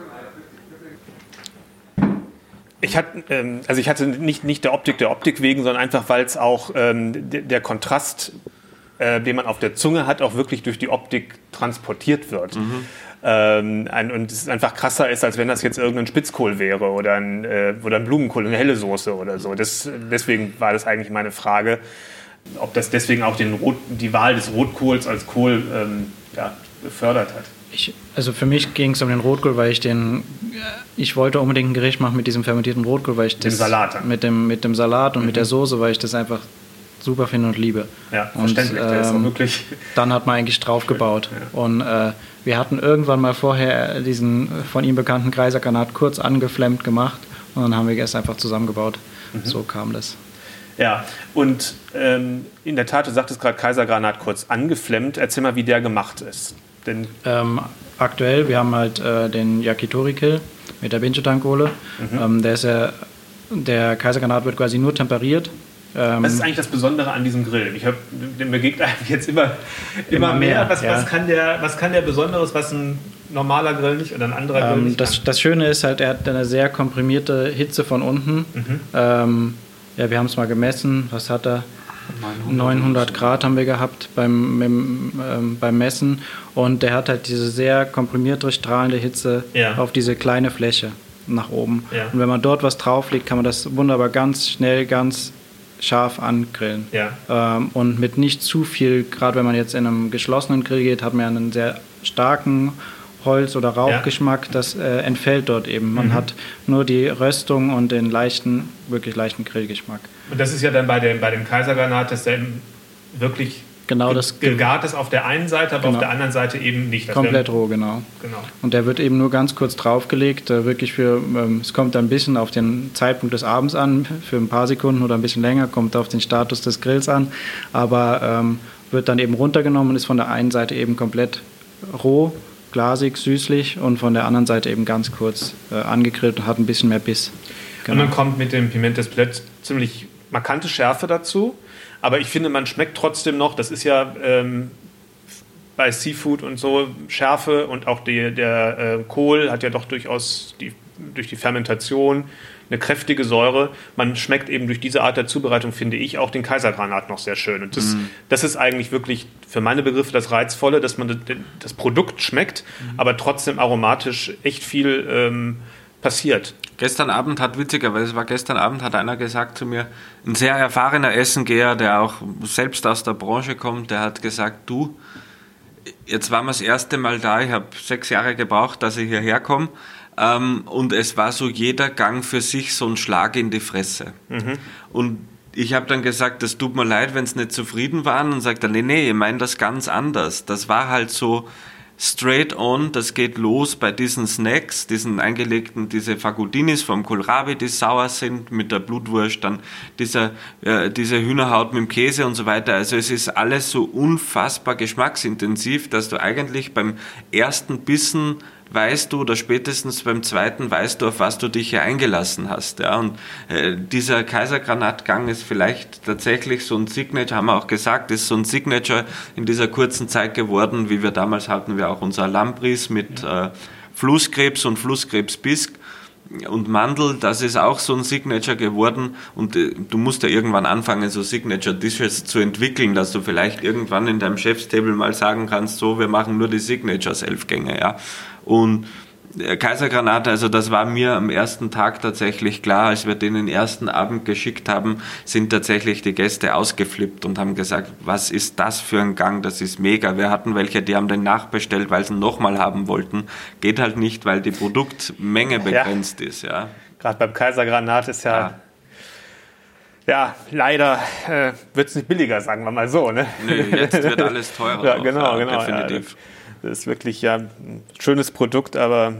Ich hatte, ähm, also ich hatte nicht, nicht der Optik der Optik wegen, sondern einfach, weil es auch ähm, der, der Kontrast, äh, den man auf der Zunge hat, auch wirklich durch die Optik transportiert wird. Mhm. Ähm, ein, und es einfach krasser ist, als wenn das jetzt irgendein Spitzkohl wäre oder ein, äh, oder ein Blumenkohl, eine helle Soße oder so. Das, deswegen war das eigentlich meine Frage, ob das deswegen auch den Rot, die Wahl des Rotkohls als Kohl ähm, ja, befördert hat. Ich, also für mich ging es um den Rotkohl, weil ich den, ich wollte unbedingt ein Gericht machen mit diesem fermentierten Rotkohl, weil ich das, dem Salat. mit dem mit dem Salat und mhm. mit der Soße, weil ich das einfach super finde und liebe. Ja, verständlich. Und, ähm, der ist auch wirklich dann hat man eigentlich drauf gebaut. Ja. Und äh, wir hatten irgendwann mal vorher diesen von ihm bekannten Kaisergranat kurz angeflammt gemacht und dann haben wir erst einfach zusammengebaut. Mhm. So kam das. Ja, und ähm, in der Tat, du sagtest gerade Kaisergranat kurz angeflammt. Erzähl mal, wie der gemacht ist. Denn ähm, aktuell, wir haben halt äh, den Yakitori-Kill mit der Binche-Tankkohle. Mhm. Ähm, der, ist ja, der Kaisergranat wird quasi nur temperiert. Ähm, was ist eigentlich das Besondere an diesem Grill? Ich habe dem begegnet eigentlich jetzt immer, immer, immer mehr. mehr. Was, ja. was, kann der, was kann der Besonderes, was ein normaler Grill nicht oder ein anderer Grill ähm, nicht das, das Schöne ist halt, er hat eine sehr komprimierte Hitze von unten. Mhm. Ähm, ja, wir haben es mal gemessen. Was hat er? neunhundert Grad haben wir gehabt beim, mit, ähm, beim Messen und der hat halt diese sehr komprimierte, strahlende Hitze ja. auf diese kleine Fläche nach oben. Ja. Und wenn man dort was drauflegt, kann man das wunderbar ganz schnell, ganz scharf angrillen. Ja. Ähm, und mit nicht zu viel, gerade wenn man jetzt in einem geschlossenen Grill geht, hat man einen sehr starken Holz- oder Rauchgeschmack, ja. das äh, entfällt dort eben. Man mhm. hat nur die Röstung und den leichten, wirklich leichten Grillgeschmack. Und das ist ja dann bei dem, bei dem Kaisergranat, dass der eben wirklich genau das gegart ist auf der einen Seite, aber genau. auf der anderen Seite eben nicht. Das komplett roh, genau. genau. Und der wird eben nur ganz kurz draufgelegt, äh, wirklich für, ähm, es kommt ein bisschen auf den Zeitpunkt des Abends an, für ein paar Sekunden oder ein bisschen länger, kommt auf den Status des Grills an, aber ähm, wird dann eben runtergenommen und ist von der einen Seite eben komplett roh, glasig, süßlich und von der anderen Seite eben ganz kurz äh, angegrillt und hat ein bisschen mehr Biss. Genau. Und man kommt mit dem Piment d'Espelette ziemlich markante Schärfe dazu, aber ich finde, man schmeckt trotzdem noch, das ist ja ähm, bei Seafood und so Schärfe und auch die, der äh, Kohl hat ja doch durchaus die, durch die Fermentation eine kräftige Säure. Man schmeckt eben durch diese Art der Zubereitung, finde ich, auch den Kaisergranat noch sehr schön. Und das, mm. das ist eigentlich wirklich für meine Begriffe das Reizvolle, dass man das, das Produkt schmeckt, mm. aber trotzdem aromatisch echt viel ähm, passiert. Gestern Abend hat, witzigerweise, es war gestern Abend, hat einer gesagt zu mir, ein sehr erfahrener Essengeher, der auch selbst aus der Branche kommt, der hat gesagt, du, jetzt waren wir das erste Mal da, ich habe sechs Jahre gebraucht, dass ich hierher komme, ähm, und es war so jeder Gang für sich so ein Schlag in die Fresse. Mhm. Und ich habe dann gesagt, das tut mir leid, wenn sie nicht zufrieden waren, und sagt dann, nee, nee, ich meine das ganz anders. Das war halt so straight on, das geht los bei diesen Snacks, diesen eingelegten, diese Fagotinis vom Kohlrabi, die sauer sind, mit der Blutwurst, dann dieser, äh, diese Hühnerhaut mit dem Käse und so weiter. Also es ist alles so unfassbar geschmacksintensiv, dass du eigentlich beim ersten Bissen weißt du, oder spätestens beim zweiten weißt du, auf was du dich hier eingelassen hast. Ja. Und äh, dieser Kaisergranatgang ist vielleicht tatsächlich so ein Signature, haben wir auch gesagt, ist so ein Signature in dieser kurzen Zeit geworden, wie wir damals hatten, wir auch unser Lambris mit äh, Flusskrebs und Flusskrebsbisk und Mandel, das ist auch so ein Signature geworden, und äh, du musst ja irgendwann anfangen, so Signature Dishes zu entwickeln, dass du vielleicht irgendwann in deinem Chefstable mal sagen kannst, so, wir machen nur die Signatures elf Gänge, ja. Und Kaisergranate, also das war mir am ersten Tag tatsächlich klar, als wir den, den ersten Abend geschickt haben, sind tatsächlich die Gäste ausgeflippt und haben gesagt, was ist das für ein Gang, das ist mega. Wir hatten welche, die haben den nachbestellt, weil sie ihn nochmal haben wollten. Geht halt nicht, weil die Produktmenge begrenzt ja. ist. Ja. Gerade beim Kaisergranat ist ja, ja, ja leider äh, wird es nicht billiger, sagen wir mal so. Ne? Nee, jetzt wird alles teurer. Ja, genau, auch, ja, genau. Definitiv. Ja, das ist wirklich ja ein schönes Produkt, aber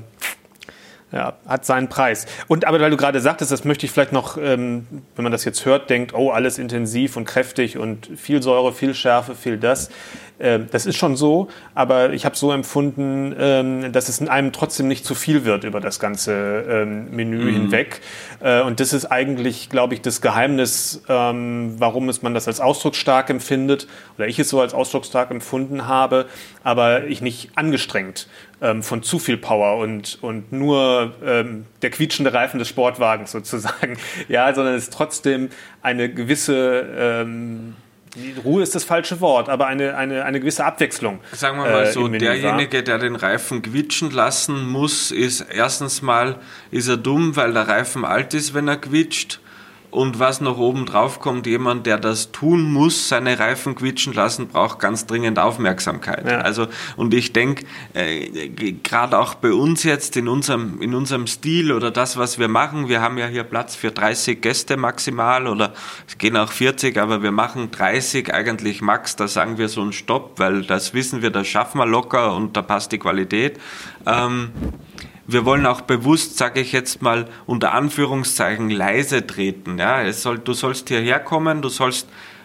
ja, hat seinen Preis. Und aber weil du gerade sagtest, das möchte ich vielleicht noch, ähm, wenn man das jetzt hört, denkt, oh, alles intensiv und kräftig und viel Säure, viel Schärfe, viel das. Ähm, das ist schon so, aber ich habe so empfunden, ähm, dass es in einem trotzdem nicht zu viel wird über das ganze ähm, Menü mhm. hinweg. Äh, und das ist eigentlich, glaube ich, das Geheimnis, ähm, warum es man das als ausdrucksstark empfindet oder ich es so als ausdrucksstark empfunden habe, aber ich nicht angestrengt ähm, von zu viel Power und, und nur ähm, der quietschende Reifen des Sportwagens sozusagen, ja, sondern es ist trotzdem eine gewisse ähm, Ruhe ist das falsche Wort, aber eine, eine, eine gewisse Abwechslung. Sagen wir mal so, äh, derjenige, war. der den Reifen quietschen lassen muss, ist erstens mal ist er dumm, weil der Reifen alt ist, wenn er quietscht. Und was noch oben drauf kommt, jemand, der das tun muss, seine Reifen quietschen lassen, braucht ganz dringend Aufmerksamkeit. Ja. Also, und ich denke, äh, gerade auch bei uns jetzt in unserem, in unserem Stil oder das, was wir machen, wir haben ja hier Platz für dreißig Gäste maximal oder es gehen auch vierzig, aber wir machen dreißig eigentlich max, da sagen wir so einen Stopp, weil das wissen wir, das schaffen wir locker und da passt die Qualität. Ähm, Wir wollen auch bewusst, sage ich jetzt mal, unter Anführungszeichen leise treten. Ja, es soll, du sollst hierher kommen, du sollst,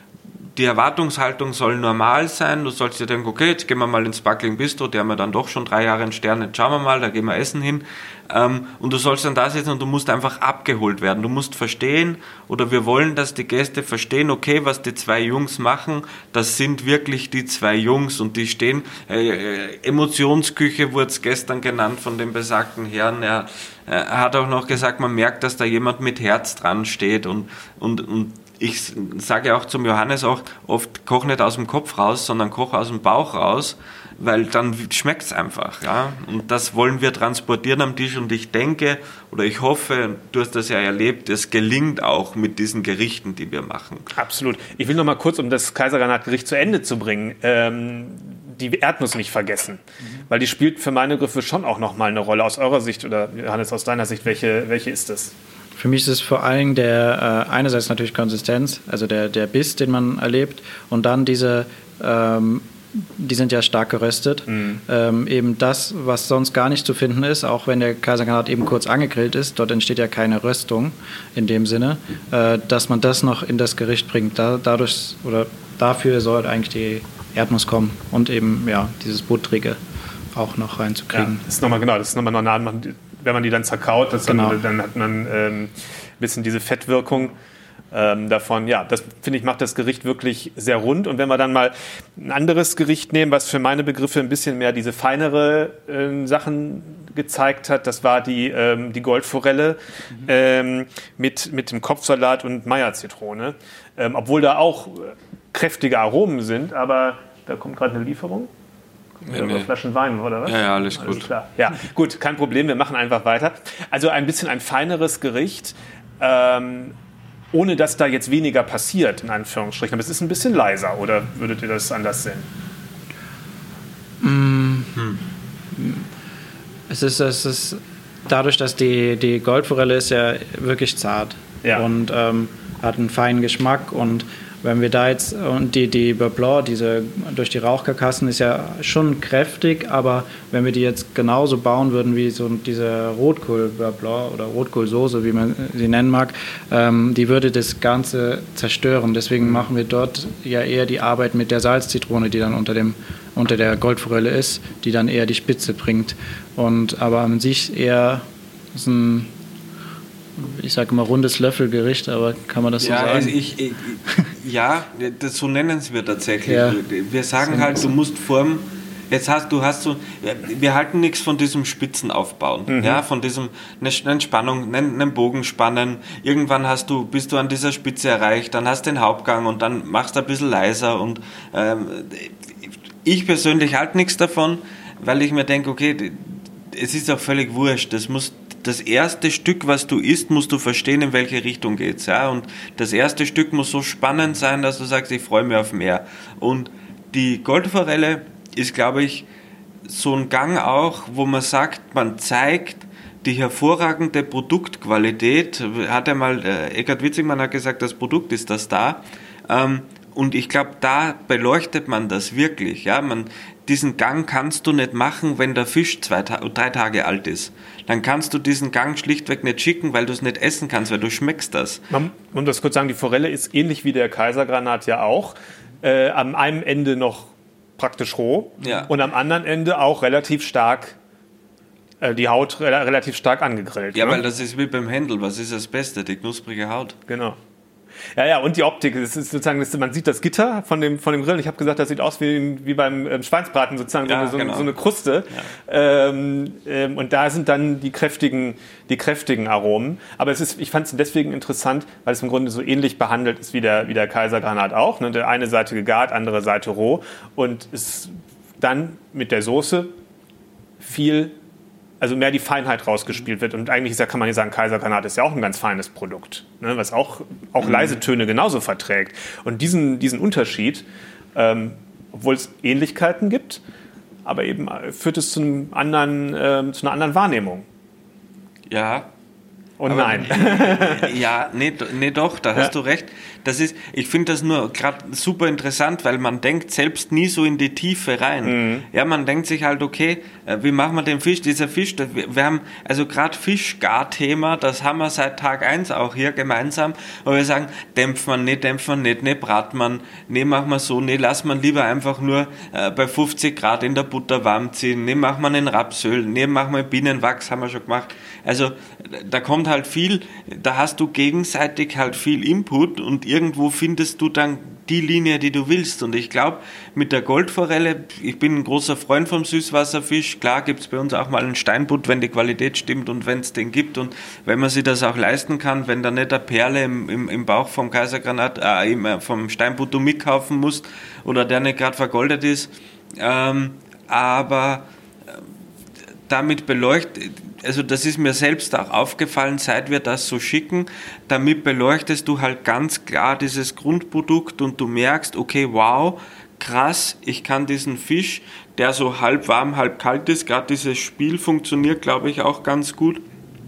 die Erwartungshaltung soll normal sein, du sollst dir denken, okay, jetzt gehen wir mal ins Sparkling Bistro, der haben wir dann doch schon drei Jahre einen Stern, jetzt schauen wir mal, da gehen wir essen hin. Ähm, und du sollst dann da sitzen und du musst einfach abgeholt werden. Du musst verstehen, oder wir wollen, dass die Gäste verstehen, okay, was die zwei Jungs machen, das sind wirklich die zwei Jungs und die stehen, äh, Emotionsküche wurde es gestern genannt von dem besagten Herrn, er, er hat auch noch gesagt, man merkt, dass da jemand mit Herz dran steht und, und, und ich sage auch zum Johannes auch oft, koch nicht aus dem Kopf raus, sondern koch aus dem Bauch raus, weil dann schmeckt es einfach. Ja? Und das wollen wir transportieren am Tisch und ich denke oder ich hoffe, du hast das ja erlebt, es gelingt auch mit diesen Gerichten, die wir machen. Absolut. Ich will noch mal kurz, um das Kaisergranatgericht zu Ende zu bringen, ähm, die Erdnuss nicht vergessen, mhm. weil die spielt für meine Begriffe schon auch noch mal eine Rolle aus eurer Sicht oder Johannes, aus deiner Sicht, welche, welche ist das? Für mich ist es vor allem der, äh, einerseits natürlich Konsistenz, also der, der Biss, den man erlebt und dann diese, ähm, die sind ja stark geröstet, mhm. ähm, eben das, was sonst gar nicht zu finden ist, auch wenn der Kaisergranat eben kurz angegrillt ist, dort entsteht ja keine Röstung in dem Sinne, äh, dass man das noch in das Gericht bringt, da, dadurch oder dafür soll eigentlich die Erdnuss kommen und eben ja dieses Buttrige auch noch reinzukriegen. Ja, das ist nochmal genau, das ist nochmal noch nah, wenn man die dann zerkaut, das genau. dann, dann hat man ähm, ein bisschen diese Fettwirkung ähm, davon. Ja, das finde ich macht das Gericht wirklich sehr rund. Und wenn wir dann mal ein anderes Gericht nehmen, was für meine Begriffe ein bisschen mehr diese feinere äh, Sachen gezeigt hat, das war die, ähm, die Goldforelle mhm. ähm, mit, mit dem Kopfsalat und Meyer-Zitrone. Ähm, obwohl da auch kräftige Aromen sind, aber da kommt gerade eine Lieferung. Nee, nee. Flaschen Wein, oder was? Ja, ja, alles, alles gut. Klar. Ja, gut, kein Problem, wir machen einfach weiter. Also ein bisschen ein feineres Gericht, ähm, ohne dass da jetzt weniger passiert, in Anführungsstrichen. Aber es ist ein bisschen leiser, oder würdet ihr das anders sehen? Mm. Hm. Es ist, es ist dadurch, dass die, die Goldforelle ist ja wirklich zart. Ja. Und ähm, hat einen feinen Geschmack. Und wenn wir da jetzt, und die, die Beurre Blanc, diese durch die Rauchkarkassen ist ja schon kräftig, aber wenn wir die jetzt genauso bauen würden wie so diese Rotkohl-Beurre Blanc oder Rotkohlsoße, wie man sie nennen mag, ähm, die würde das Ganze zerstören. Deswegen machen wir dort ja eher die Arbeit mit der Salzzitrone, die dann unter dem unter der Goldforelle ist, die dann eher die Spitze bringt. Und aber an sich eher ist ein, ich sage immer rundes Löffelgericht, aber kann man das so ja, sagen? Also ich, ich, ja, das, so nennen es wir tatsächlich. Ja. Wir sagen halt, du musst formen. Jetzt hast du hast so, wir halten nichts von diesem Spitzenaufbauen, mhm. ja, von diesem eine Spannung, einen, einen Bogen spannen. Irgendwann hast du, bist du an dieser Spitze erreicht, dann hast du den Hauptgang und dann machst du ein bisschen leiser. Und ähm, ich persönlich halte nichts davon, weil ich mir denke, okay, es ist auch völlig wurscht. Das muss das erste Stück, was du isst, musst du verstehen, in welche Richtung geht's, ja. Und das erste Stück muss so spannend sein, dass du sagst, ich freue mich auf mehr. Und die Goldforelle ist, glaube ich, so ein Gang auch, wo man sagt, man zeigt die hervorragende Produktqualität. Hat einmal äh, Eckhard Witzigmann hat gesagt, das Produkt ist das da. Ähm, und ich glaube, da beleuchtet man das wirklich. Ja, man diesen Gang kannst du nicht machen, wenn der Fisch zwei, drei Tage alt ist. Dann kannst du diesen Gang schlichtweg nicht schicken, weil du es nicht essen kannst, weil du schmeckst das. Man muss das kurz sagen, die Forelle ist ähnlich wie der Kaisergranat ja auch. Äh, am einen Ende noch praktisch roh ja. und am anderen Ende auch relativ stark, äh, die Haut re- relativ stark angegrillt. Ja, ne? weil das ist wie beim Händel. Was ist das Beste? Die knusprige Haut. Genau. Ja, ja, und die Optik, das ist sozusagen, das, man sieht das Gitter von dem, von dem Grillen. Ich habe gesagt, das sieht aus wie, wie beim ähm, Schweinsbraten sozusagen, ja, so, so, genau. so eine Kruste. Ja. Ähm, ähm, und da sind dann die kräftigen, die kräftigen Aromen. Aber es ist, ich fand es deswegen interessant, weil es im Grunde so ähnlich behandelt ist wie der, wie der Kaisergranat auch. Ne? Der eine Seite gegart, andere Seite roh. Und es dann mit der Soße viel, also mehr die Feinheit rausgespielt wird. Und eigentlich ist ja, kann man ja sagen, Kaisergranat ist ja auch ein ganz feines Produkt, ne, was auch, auch leise Töne genauso verträgt. Und diesen, diesen Unterschied, ähm, obwohl es Ähnlichkeiten gibt, aber eben führt es zu, einem anderen, ähm, zu einer anderen Wahrnehmung. Ja. Und aber nein. Ja, nee, nee doch, da hast ja. du recht. Das ist, ich finde das nur gerade super interessant, weil man denkt selbst nie so in die Tiefe rein. Mhm. Ja, man denkt sich halt, okay, wie machen wir den Fisch? Dieser Fisch, das, wir, wir haben, also gerade Fischgar-Thema, das haben wir seit Tag eins auch hier gemeinsam, wo wir sagen, dämpft man, nee, dämpft man nicht, nee, brat man, nee, machen wir so, nee, lass man lieber einfach nur äh, bei fünfzig Grad in der Butter warm ziehen, nee, machen wir in Rapsöl, nee, machen wir Bienenwachs, haben wir schon gemacht. Also, da kommt halt viel, da hast du gegenseitig halt viel Input und irgendwo findest du dann die Linie, die du willst. Und ich glaube, mit der Goldforelle, ich bin ein großer Freund vom Süßwasserfisch, klar gibt es bei uns auch mal einen Steinbutt, wenn die Qualität stimmt und wenn es den gibt und wenn man sich das auch leisten kann, wenn da nicht eine Perle im, im, im Bauch vom Kaisergranat, äh, vom Steinbutt du mitkaufen musst oder der nicht gerade vergoldet ist. Ähm, aber damit beleuchtet, also das ist mir selbst auch aufgefallen, seit wir das so schicken, damit beleuchtest du halt ganz klar dieses Grundprodukt und du merkst, okay, wow, krass, ich kann diesen Fisch, der so halb warm, halb kalt ist, gerade dieses Spiel funktioniert, glaube ich, auch ganz gut.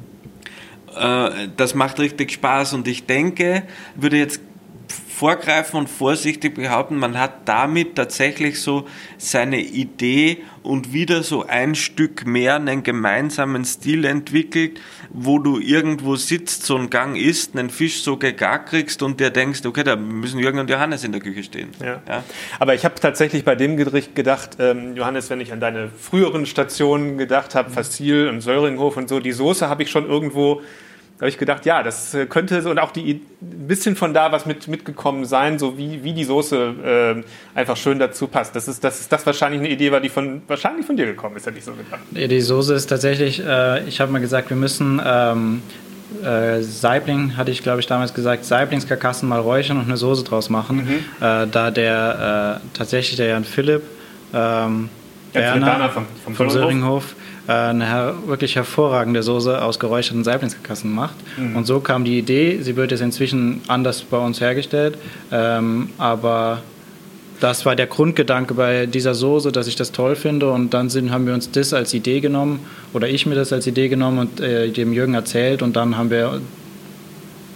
Äh, das macht richtig Spaß und ich denke, würde jetzt vorgreifen und vorsichtig behaupten, man hat damit tatsächlich so seine Idee und wieder so ein Stück mehr einen gemeinsamen Stil entwickelt, wo du irgendwo sitzt, so einen Gang isst, einen Fisch so gegart kriegst und dir denkst, okay, da müssen Jürgen und Johannes in der Küche stehen. Ja. Ja. Aber ich habe tatsächlich bei dem Gericht gedacht, ähm, Johannes, wenn ich an deine früheren Stationen gedacht habe, Fassil und Söllringhof und so, die Soße habe ich schon irgendwo. Da habe ich gedacht, ja, das könnte so und auch die, ein bisschen von da was mit, mitgekommen sein, so wie, wie die Soße äh, einfach schön dazu passt. Das ist, das ist das wahrscheinlich eine Idee war, die von, wahrscheinlich von dir gekommen ist, hätte ich so gedacht. Die Soße ist tatsächlich, äh, ich habe mal gesagt, wir müssen ähm, äh, Saibling, hatte ich glaube ich damals gesagt, Saiblingskarkassen mal räuchern und eine Soße draus machen. Mhm. Äh, da der äh, tatsächlich der Jan Philipp ähm, Berner vom, vom, vom Söllringhof eine her- wirklich hervorragende Soße aus geräucherten Saiblingskarkassen macht. Mhm. Und so kam die Idee, sie wird jetzt inzwischen anders bei uns hergestellt, ähm, aber das war der Grundgedanke bei dieser Soße, dass ich das toll finde und dann sind, haben wir uns das als Idee genommen oder ich mir das als Idee genommen und äh, dem Jürgen erzählt und dann haben wir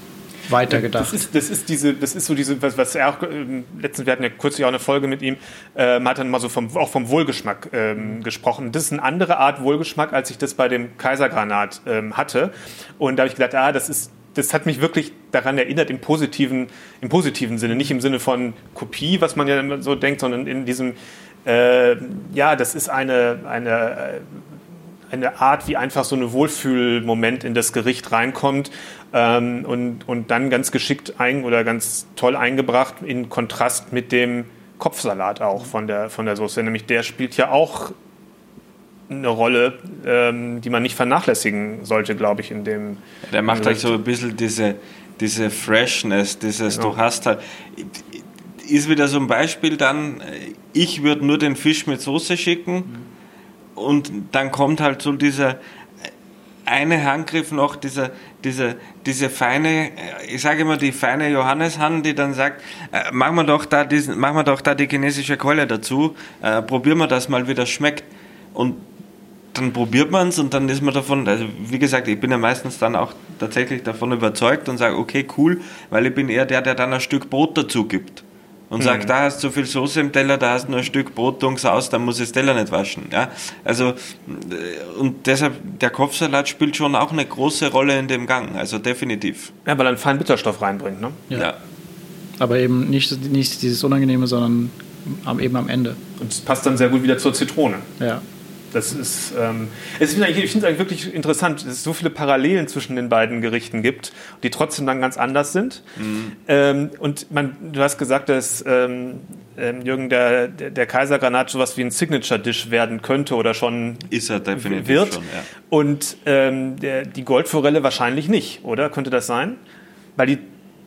weitergedacht. Das ist, das ist diese, das ist so diese, was, was er auch, ähm, letztens, wir hatten ja kürzlich auch eine Folge mit ihm, ähm, hat dann mal so vom, auch vom Wohlgeschmack ähm, gesprochen. Das ist eine andere Art Wohlgeschmack, als ich das bei dem Kaisergranat ähm, hatte. Und da habe ich gedacht, ah, das ist, das hat mich wirklich daran erinnert, im positiven, im positiven Sinne, nicht im Sinne von Kopie, was man ja immer so denkt, sondern in diesem, äh, ja, das ist eine, eine, eine Art, wie einfach so ein Wohlfühlmoment in das Gericht reinkommt ähm, und, und dann ganz geschickt ein oder ganz toll eingebracht in Kontrast mit dem Kopfsalat auch von der, von der Soße. Nämlich der spielt ja auch eine Rolle, ähm, die man nicht vernachlässigen sollte, glaube ich, in dem... Der macht halt so ein bisschen diese, diese Freshness, dieses, genau. Du hast halt... Ist wieder so ein Beispiel dann, ich würde nur den Fisch mit Soße schicken mhm. und dann kommt halt so dieser eine Handgriff noch, dieser, dieser, diese feine, ich sage immer die feine Johanneshand, die dann sagt, äh, machen wir doch da diesen, machen wir doch da die chinesische Keule dazu, äh, probieren wir das mal, wie das schmeckt. Und dann probiert man es und dann ist man davon, also wie gesagt, ich bin ja meistens dann auch tatsächlich davon überzeugt und sage, okay, cool, weil ich bin eher der, der dann ein Stück Brot dazu gibt. Und mhm. sagt, da hast du so viel Soße im Teller, da hast du nur ein Stück Brot, Dunks aus, dann muss ich das Teller nicht waschen. Ja? Also, und deshalb, der Kopfsalat spielt schon auch eine große Rolle in dem Gang, also definitiv. Ja, weil er einen feinen Bitterstoff reinbringt, ne? Ja. ja. Aber eben nicht, nicht dieses Unangenehme, sondern eben am Ende. Und es passt dann sehr gut wieder zur Zitrone. Ja. Das ist, ähm, es ist, ich finde es eigentlich wirklich interessant, dass es so viele Parallelen zwischen den beiden Gerichten gibt, die trotzdem dann ganz anders sind. Mhm. Ähm, und man, du hast gesagt, dass ähm, Jürgen, der, der, der Kaisergranat sowas wie ein Signature-Dish werden könnte oder schon ist er definitiv wird. Schon, ja. Und ähm, der, die Goldforelle wahrscheinlich nicht, oder? Könnte das sein? Weil die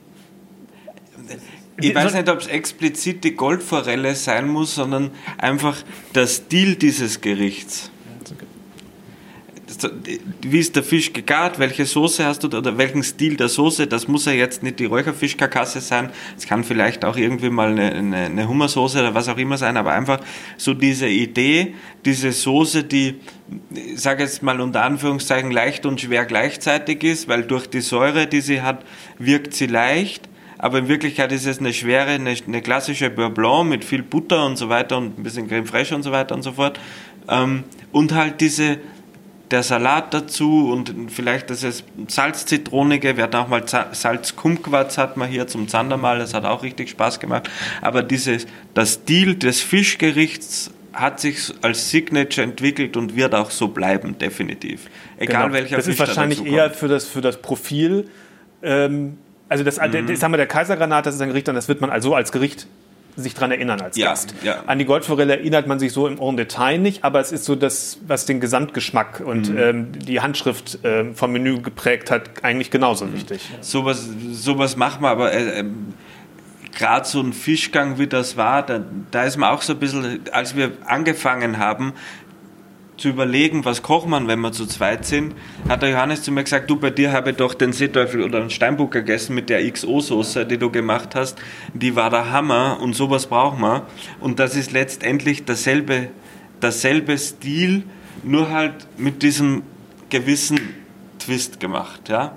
Ich weiß nicht, ob es explizit die Goldforelle sein muss, sondern einfach der Stil dieses Gerichts. Wie ist der Fisch gegart, welche Soße hast du oder welchen Stil der Soße, das muss ja jetzt nicht die Räucherfischkarkasse sein, es kann vielleicht auch irgendwie mal eine, eine, eine Hummersoße oder was auch immer sein, aber einfach so diese Idee, diese Soße, die, ich sage jetzt mal unter Anführungszeichen, leicht und schwer gleichzeitig ist, weil durch die Säure, die sie hat, wirkt sie leicht. Aber in Wirklichkeit ist es eine schwere, eine, eine klassische Beurre Blanc mit viel Butter und so weiter und ein bisschen Creme fraiche und so weiter und so fort. Ähm, und halt diese, der Salat dazu und vielleicht das ist Salz-Zitronige, wir hatten auch mal Salz-Kumquats hat man hier zum Zandermal, das hat auch richtig Spaß gemacht. Aber dieses, der Stil des Fischgerichts hat sich als Signature entwickelt und wird auch so bleiben, definitiv. Egal genau. welcher das Fisch ist wahrscheinlich da eher für das, für das Profil, ähm, also das, mhm. das haben wir der Kaisergranat, das ist ein Gericht, an das wird man also als Gericht sich dran erinnern als ja, Gast. Ja. An die Goldforelle erinnert man sich so im en Detail nicht, aber es ist so das, was den Gesamtgeschmack und mhm. ähm, die Handschrift äh, vom Menü geprägt hat, eigentlich genauso mhm. wichtig. Sowas, sowas machen wir, aber äh, äh, gerade so ein Fischgang, wie das war, da, da ist man auch so ein bisschen, als wir angefangen haben, zu überlegen, was kocht man, wenn wir zu zweit sind, hat der Johannes zu mir gesagt, du, bei dir habe ich doch den Seeteufel oder einen Steinbuck gegessen mit der X O-Soße, die du gemacht hast, die war der Hammer und sowas brauchen wir. Und das ist letztendlich derselbe, derselbe Stil, nur halt mit diesem gewissen Twist gemacht, ja.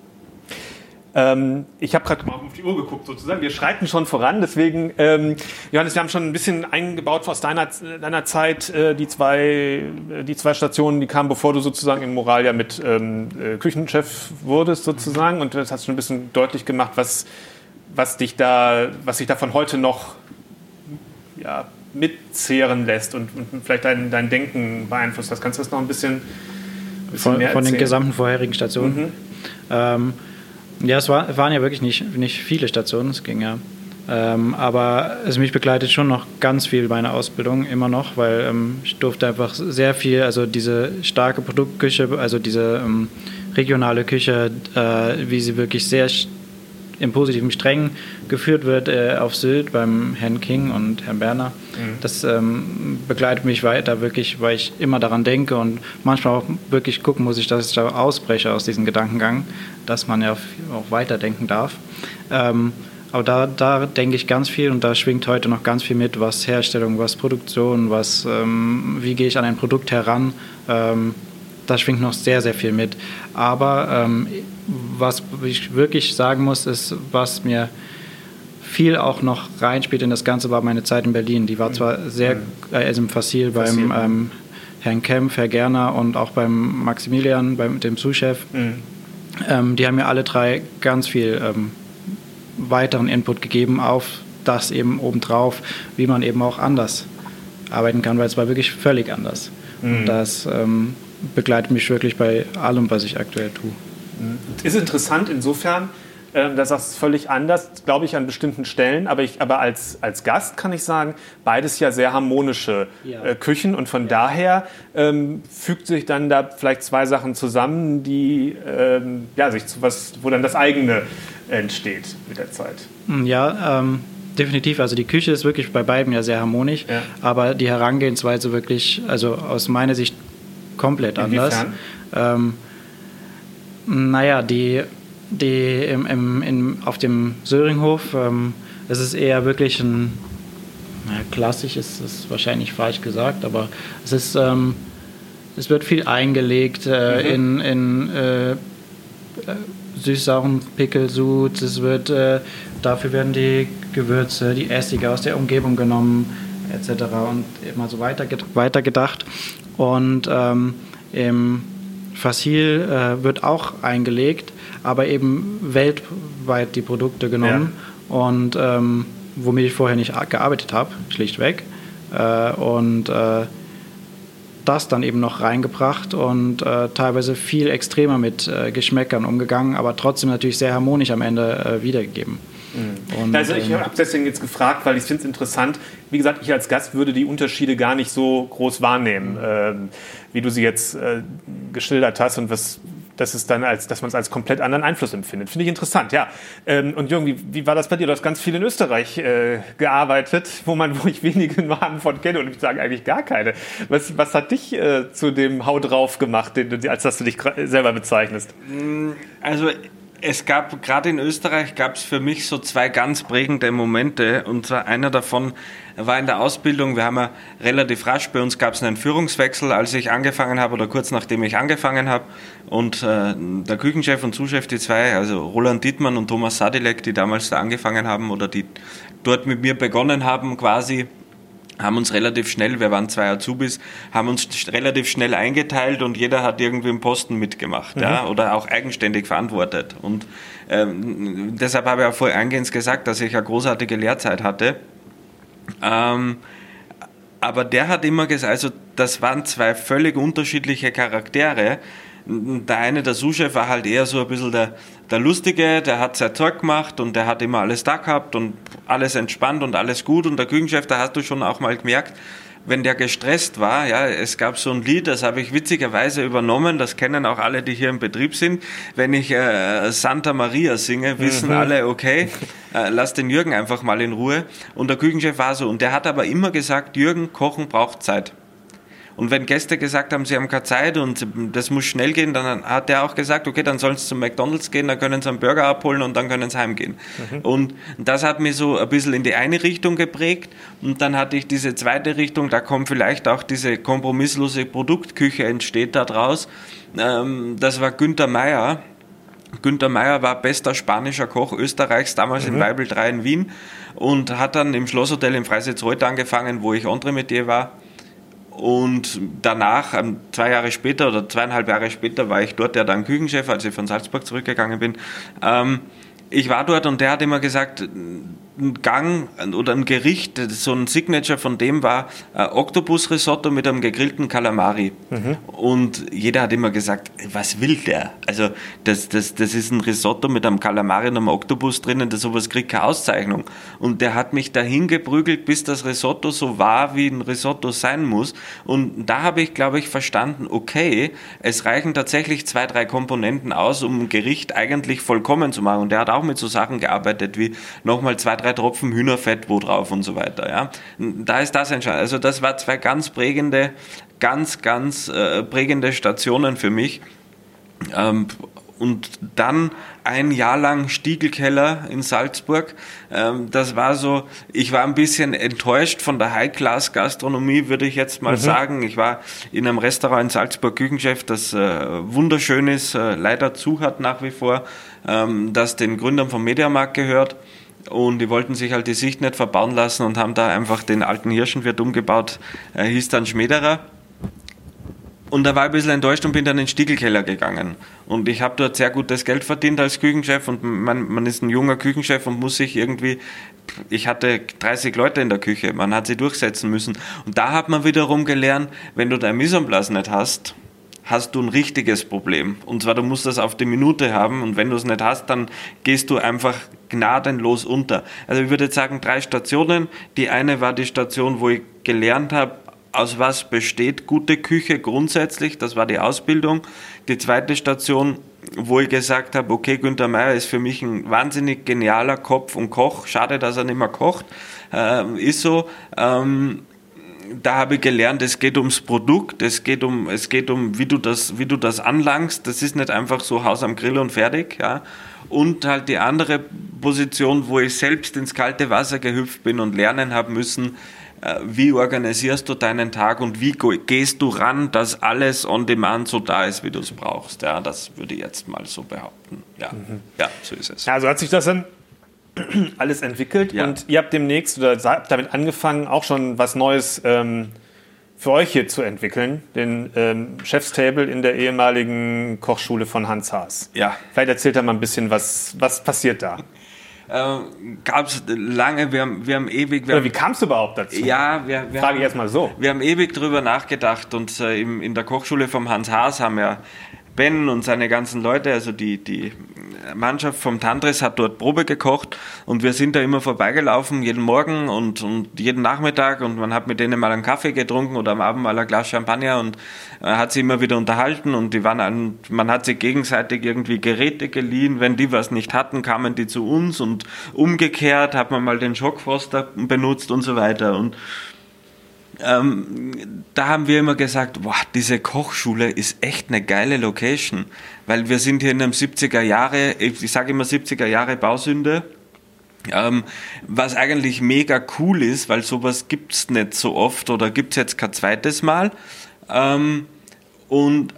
Ähm, ich habe gerade mal auf die Uhr geguckt sozusagen. Wir schreiten schon voran, deswegen, ähm, Johannes, wir haben schon ein bisschen eingebaut aus deiner, deiner Zeit, äh, die, zwei, die zwei Stationen, die kamen, bevor du sozusagen in Moralia mit ähm, äh, Küchenchef wurdest sozusagen, und das hast schon ein bisschen deutlich gemacht, was, was dich da, was dich da von heute noch ja, mitzehren lässt und, und vielleicht dein, dein Denken beeinflusst. Das kannst du das noch ein bisschen, ein bisschen von, mehr von erzählen? den gesamten vorherigen Stationen? Mhm. Ähm, Ja, es war, waren ja wirklich nicht, nicht viele Stationen, es ging ja. Ähm, aber es mich begleitet schon noch ganz viel meine Ausbildung, immer noch, weil ähm, ich durfte einfach sehr viel, also diese starke Produktküche, also diese ähm, regionale Küche, äh, wie sie wirklich sehr im positiven streng geführt wird äh, auf Sylt beim Herrn King und Herrn Berner. Mhm. Das ähm, begleitet mich weiter wirklich, weil ich immer daran denke und manchmal auch wirklich gucken muss, ich, dass ich da ausbreche aus diesem Gedankengang, dass man ja auch weiterdenken darf. Ähm, aber da, da denke ich ganz viel und da schwingt heute noch ganz viel mit, was Herstellung, was Produktion, was, ähm, wie gehe ich an ein Produkt heran. Ähm, da schwingt noch sehr, sehr viel mit. Aber ähm, was ich wirklich sagen muss, ist, was mir viel auch noch reinspielt in das Ganze, war meine Zeit in Berlin. Die war zwar sehr, also im Fassil beim ähm, Herrn Kempf, Herr Gerner und auch beim Maximilian, beim dem Sous-Chef. Mhm. Ähm, die haben mir alle drei ganz viel ähm, weiteren Input gegeben auf das eben obendrauf, wie man eben auch anders arbeiten kann, weil es war wirklich völlig anders. Mhm. Und das ähm, begleitet mich wirklich bei allem, was ich aktuell tue. Mhm. Ist interessant insofern, äh, da sagst du völlig anders, glaube ich, an bestimmten Stellen, aber, ich, aber als, als Gast kann ich sagen, beides ja sehr harmonische ja. äh, Küchen und von ja. daher ähm, fügt sich dann da vielleicht zwei Sachen zusammen, die ähm, ja, sich zu was, wo dann das eigene entsteht mit der Zeit. Ja, ähm, definitiv. Also die Küche ist wirklich bei beiden ja sehr harmonisch, ja. aber die Herangehensweise wirklich, also aus meiner Sicht komplett anders. Ähm, naja, die, die im, im, im, auf dem Söringhof, ähm, es ist eher wirklich ein, naja, klassisch ist es wahrscheinlich falsch gesagt, aber es ist, ähm, es wird viel eingelegt äh, mhm. in, in äh, süß-sauren Pickelsud, es wird, äh, dafür werden die Gewürze, die Essige aus der Umgebung genommen, et cetera und immer so weiter, weiter gedacht. Und ähm, im Fassil äh, wird auch eingelegt, aber eben weltweit die Produkte genommen ja. und ähm, womit ich vorher nicht gearbeitet habe, schlichtweg. Äh, und äh, das dann eben noch reingebracht und äh, teilweise viel extremer mit äh, Geschmäckern umgegangen, aber trotzdem natürlich sehr harmonisch am Ende äh, wiedergegeben. Mhm. Und, also ich habe deswegen jetzt gefragt, weil ich finde es interessant. Wie gesagt, ich als Gast würde die Unterschiede gar nicht so groß wahrnehmen, mhm. ähm, wie du sie jetzt äh, geschildert hast und was, dass es dann als, dass man es als komplett anderen Einfluss empfindet. Finde ich interessant, ja. Ähm, und Jürgen, wie, wie war das bei dir? Du hast ganz viel in Österreich äh, gearbeitet, wo man, wo ich wenige Namen von kenne und ich sage eigentlich gar keine. Was, was hat dich äh, zu dem Hau drauf gemacht, den du, als dass du dich selber bezeichnest? Also es gab, gerade in Österreich gab es für mich so zwei ganz prägende Momente und zwar einer davon war in der Ausbildung. Wir haben ja relativ rasch, bei uns gab es einen Führungswechsel, als ich angefangen habe oder kurz nachdem ich angefangen habe und äh, der Küchenchef und Zuschef, die zwei, also Roland Dietmann und Thomas Sadilek, die damals da angefangen haben oder die dort mit mir begonnen haben quasi, haben uns relativ schnell, wir waren zwei Azubis, haben uns relativ schnell eingeteilt und jeder hat irgendwie einen Posten mitgemacht, mhm. ja, oder auch eigenständig verantwortet. Und ähm, deshalb habe ich auch vorher eingehend gesagt, dass ich eine großartige Lehrzeit hatte. Ähm, aber der hat immer gesagt, also das waren zwei völlig unterschiedliche Charaktere. Der eine, der Sous-Chef, war halt eher so ein bisschen der, der Lustige, der hat sein Zeug gemacht und der hat immer alles da gehabt und alles entspannt und alles gut. Und der Küchenchef, da hast du schon auch mal gemerkt, wenn der gestresst war, ja, es gab so ein Lied, das habe ich witzigerweise übernommen, das kennen auch alle, die hier im Betrieb sind. Wenn ich äh, Santa Maria singe, wissen mhm. alle, okay, äh, lass den Jürgen einfach mal in Ruhe. Und der Küchenchef war so. Und der hat aber immer gesagt, Jürgen, Kochen braucht Zeit. Und wenn Gäste gesagt haben, sie haben keine Zeit und das muss schnell gehen, dann hat der auch gesagt, okay, dann sollen sie zum McDonald's gehen, dann können sie einen Burger abholen und dann können sie heimgehen. Mhm. Und das hat mich so ein bisschen in die eine Richtung geprägt und dann hatte ich diese zweite Richtung, da kommt vielleicht auch diese kompromisslose Produktküche, entsteht da draus. Das war Günther Meier. Günther Meier war bester spanischer Koch Österreichs, damals mhm. in Weibel drei in Wien und hat dann im Schlosshotel in Freisetzreuth angefangen, wo ich Entremetier war. Und danach, zwei Jahre später oder zweieinhalb Jahre später, war ich dort ja dann Küchenchef, als ich von Salzburg zurückgegangen bin. Ähm, ich war dort und der hat immer gesagt, ein Gang oder ein Gericht, so ein Signature von dem war äh, Oktopus-Risotto mit einem gegrillten Kalamari. Mhm. Und jeder hat immer gesagt, was will der? Also das, das, das ist ein Risotto mit einem Kalamari und einem Oktopus drinnen, das sowas kriegt keine Auszeichnung. Und der hat mich dahin geprügelt, bis das Risotto so war, wie ein Risotto sein muss. Und da habe ich, glaube ich, verstanden, okay, es reichen tatsächlich zwei, drei Komponenten aus, um ein Gericht eigentlich vollkommen zu machen. Und der hat auch mit so Sachen gearbeitet, wie nochmal zwei, drei Tropfen Hühnerfett wo drauf und so weiter. Ja. Da ist das entscheidend. Also das war zwei ganz prägende, ganz, ganz äh, prägende Stationen für mich. Ähm, und dann ein Jahr lang Stiegelkeller in Salzburg. Ähm, das war so, ich war ein bisschen enttäuscht von der High-Class-Gastronomie, würde ich jetzt mal mhm. sagen. Ich war in einem Restaurant in Salzburg, Küchenchef, das äh, wunderschön ist, äh, leider zu hat nach wie vor, ähm, das den Gründern vom Mediamarkt gehört. Und die wollten sich halt die Sicht nicht verbauen lassen und haben da einfach den alten Hirschenwirt umgebaut, äh, hieß dann Schmederer. Und da war ich ein bisschen enttäuscht und bin dann in den Stiegelkeller gegangen. Und ich habe dort sehr gutes Geld verdient als Küchenchef und man, man ist ein junger Küchenchef und muss sich irgendwie, ich hatte dreißig Leute in der Küche, man hat sie durchsetzen müssen. Und da hat man wiederum gelernt, wenn du dein Mise en place nicht hast, hast du ein richtiges Problem. Und zwar, du musst das auf die Minute haben und wenn du es nicht hast, dann gehst du einfach gnadenlos unter. Also ich würde jetzt sagen, drei Stationen. Die eine war die Station, wo ich gelernt habe, aus was besteht gute Küche grundsätzlich, das war die Ausbildung. Die zweite Station, wo ich gesagt habe, okay, Günther Meier ist für mich ein wahnsinnig genialer Kopf und Koch, schade, dass er nicht mehr kocht, äh, ist so. Ähm, da habe ich gelernt, es geht ums Produkt, es geht um, es geht um, wie du das, wie du das anlangst, das ist nicht einfach so Haus am Grill und fertig, ja. Und halt die andere Position, wo ich selbst ins kalte Wasser gehüpft bin und lernen habe müssen, wie organisierst du deinen Tag und wie gehst du ran, dass alles on demand so da ist, wie du es brauchst. Ja, das würde ich jetzt mal so behaupten. Ja, mhm. ja, so ist es. Ja, also hat sich das dann alles entwickelt ja. Und ihr habt demnächst oder habt damit angefangen, auch schon was Neues ähm, für euch hier zu entwickeln, den ähm, Chefstable in der ehemaligen Kochschule von Hans Haas. Ja. Vielleicht erzählt er mal ein bisschen, was, was passiert da. Äh, gab es lange, wir haben, wir haben ewig... Wir Oder wie kam es überhaupt dazu? Ja, wir, wir Frage haben, ich erst mal so. Wir haben ewig drüber nachgedacht und äh, im, in der Kochschule vom Hans Haas haben ja Ben und seine ganzen Leute, also die, die Mannschaft vom Tantris hat dort Probe gekocht und wir sind da immer vorbeigelaufen, jeden Morgen und, und jeden Nachmittag und man hat mit denen mal einen Kaffee getrunken oder am Abend mal ein Glas Champagner und äh, hat sie immer wieder unterhalten und die waren an, man hat sich gegenseitig irgendwie Geräte geliehen, wenn die was nicht hatten, kamen die zu uns und umgekehrt hat man mal den Schockfroster benutzt und so weiter und Ähm, da haben wir immer gesagt, boah, diese Kochschule ist echt eine geile Location, weil wir sind hier in einem siebziger Jahre, ich sage immer siebziger Jahre Bausünde, ähm, was eigentlich mega cool ist, weil sowas gibt's nicht so oft oder gibt's jetzt kein zweites Mal ähm, und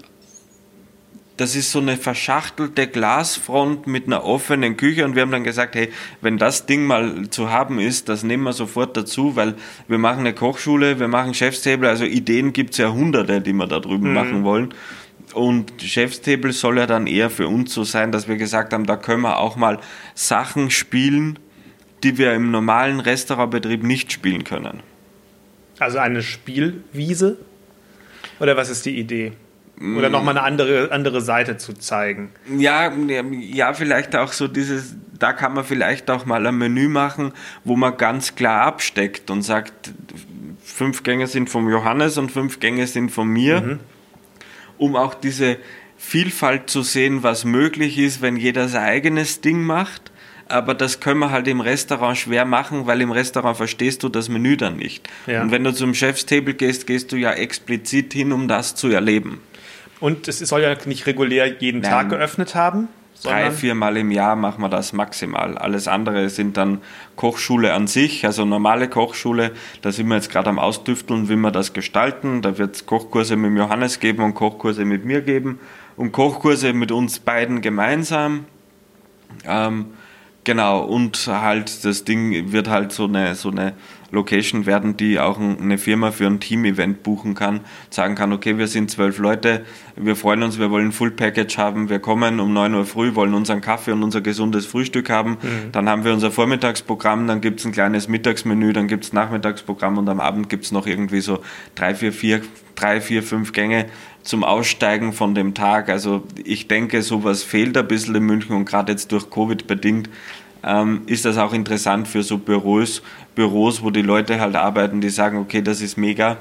das ist so eine verschachtelte Glasfront mit einer offenen Küche und wir haben dann gesagt, hey, wenn das Ding mal zu haben ist, das nehmen wir sofort dazu, weil wir machen eine Kochschule, wir machen Chefstable, also Ideen gibt es ja hunderte, die wir da drüben mhm. machen wollen. Und Chefstable soll ja dann eher für uns so sein, dass wir gesagt haben, da können wir auch mal Sachen spielen, die wir im normalen Restaurantbetrieb nicht spielen können. Also eine Spielwiese? Oder was ist die Idee? Oder nochmal eine andere, andere Seite zu zeigen. Ja, ja, vielleicht auch so dieses, da kann man vielleicht auch mal ein Menü machen, wo man ganz klar absteckt und sagt, fünf Gänge sind vom Johannes und fünf Gänge sind von mir, mhm. um auch diese Vielfalt zu sehen, was möglich ist, wenn jeder sein eigenes Ding macht. Aber das können wir halt im Restaurant schwer machen, weil im Restaurant verstehst du das Menü dann nicht. Ja. Und wenn du zum Chefstable gehst, gehst du ja explizit hin, um das zu erleben. Und es soll ja nicht regulär jeden Nein. Tag geöffnet haben? Drei, viermal im Jahr machen wir das maximal. Alles andere sind dann Kochschule an sich, also normale Kochschule. Da sind wir jetzt gerade am Ausdüfteln, wie wir das gestalten. Da wird es Kochkurse mit dem Johannes geben und Kochkurse mit mir geben. Und Kochkurse mit uns beiden gemeinsam. Ähm, genau, und halt das Ding wird halt so eine, so eine Location werden, die auch eine Firma für ein Team-Event buchen kann, sagen kann, okay, wir sind zwölf Leute, wir freuen uns, wir wollen ein Full-Package haben, wir kommen um neun Uhr früh, wollen unseren Kaffee und unser gesundes Frühstück haben, mhm. dann haben wir unser Vormittagsprogramm, dann gibt es ein kleines Mittagsmenü, dann gibt es Nachmittagsprogramm und am Abend gibt es noch irgendwie so drei, vier, vier, drei, vier, fünf Gänge zum Aussteigen von dem Tag. Also ich denke, sowas fehlt ein bisschen in München und gerade jetzt durch Covid bedingt, Ähm, ist das auch interessant für so Büros, Büros, wo die Leute halt arbeiten, die sagen, okay, das ist mega,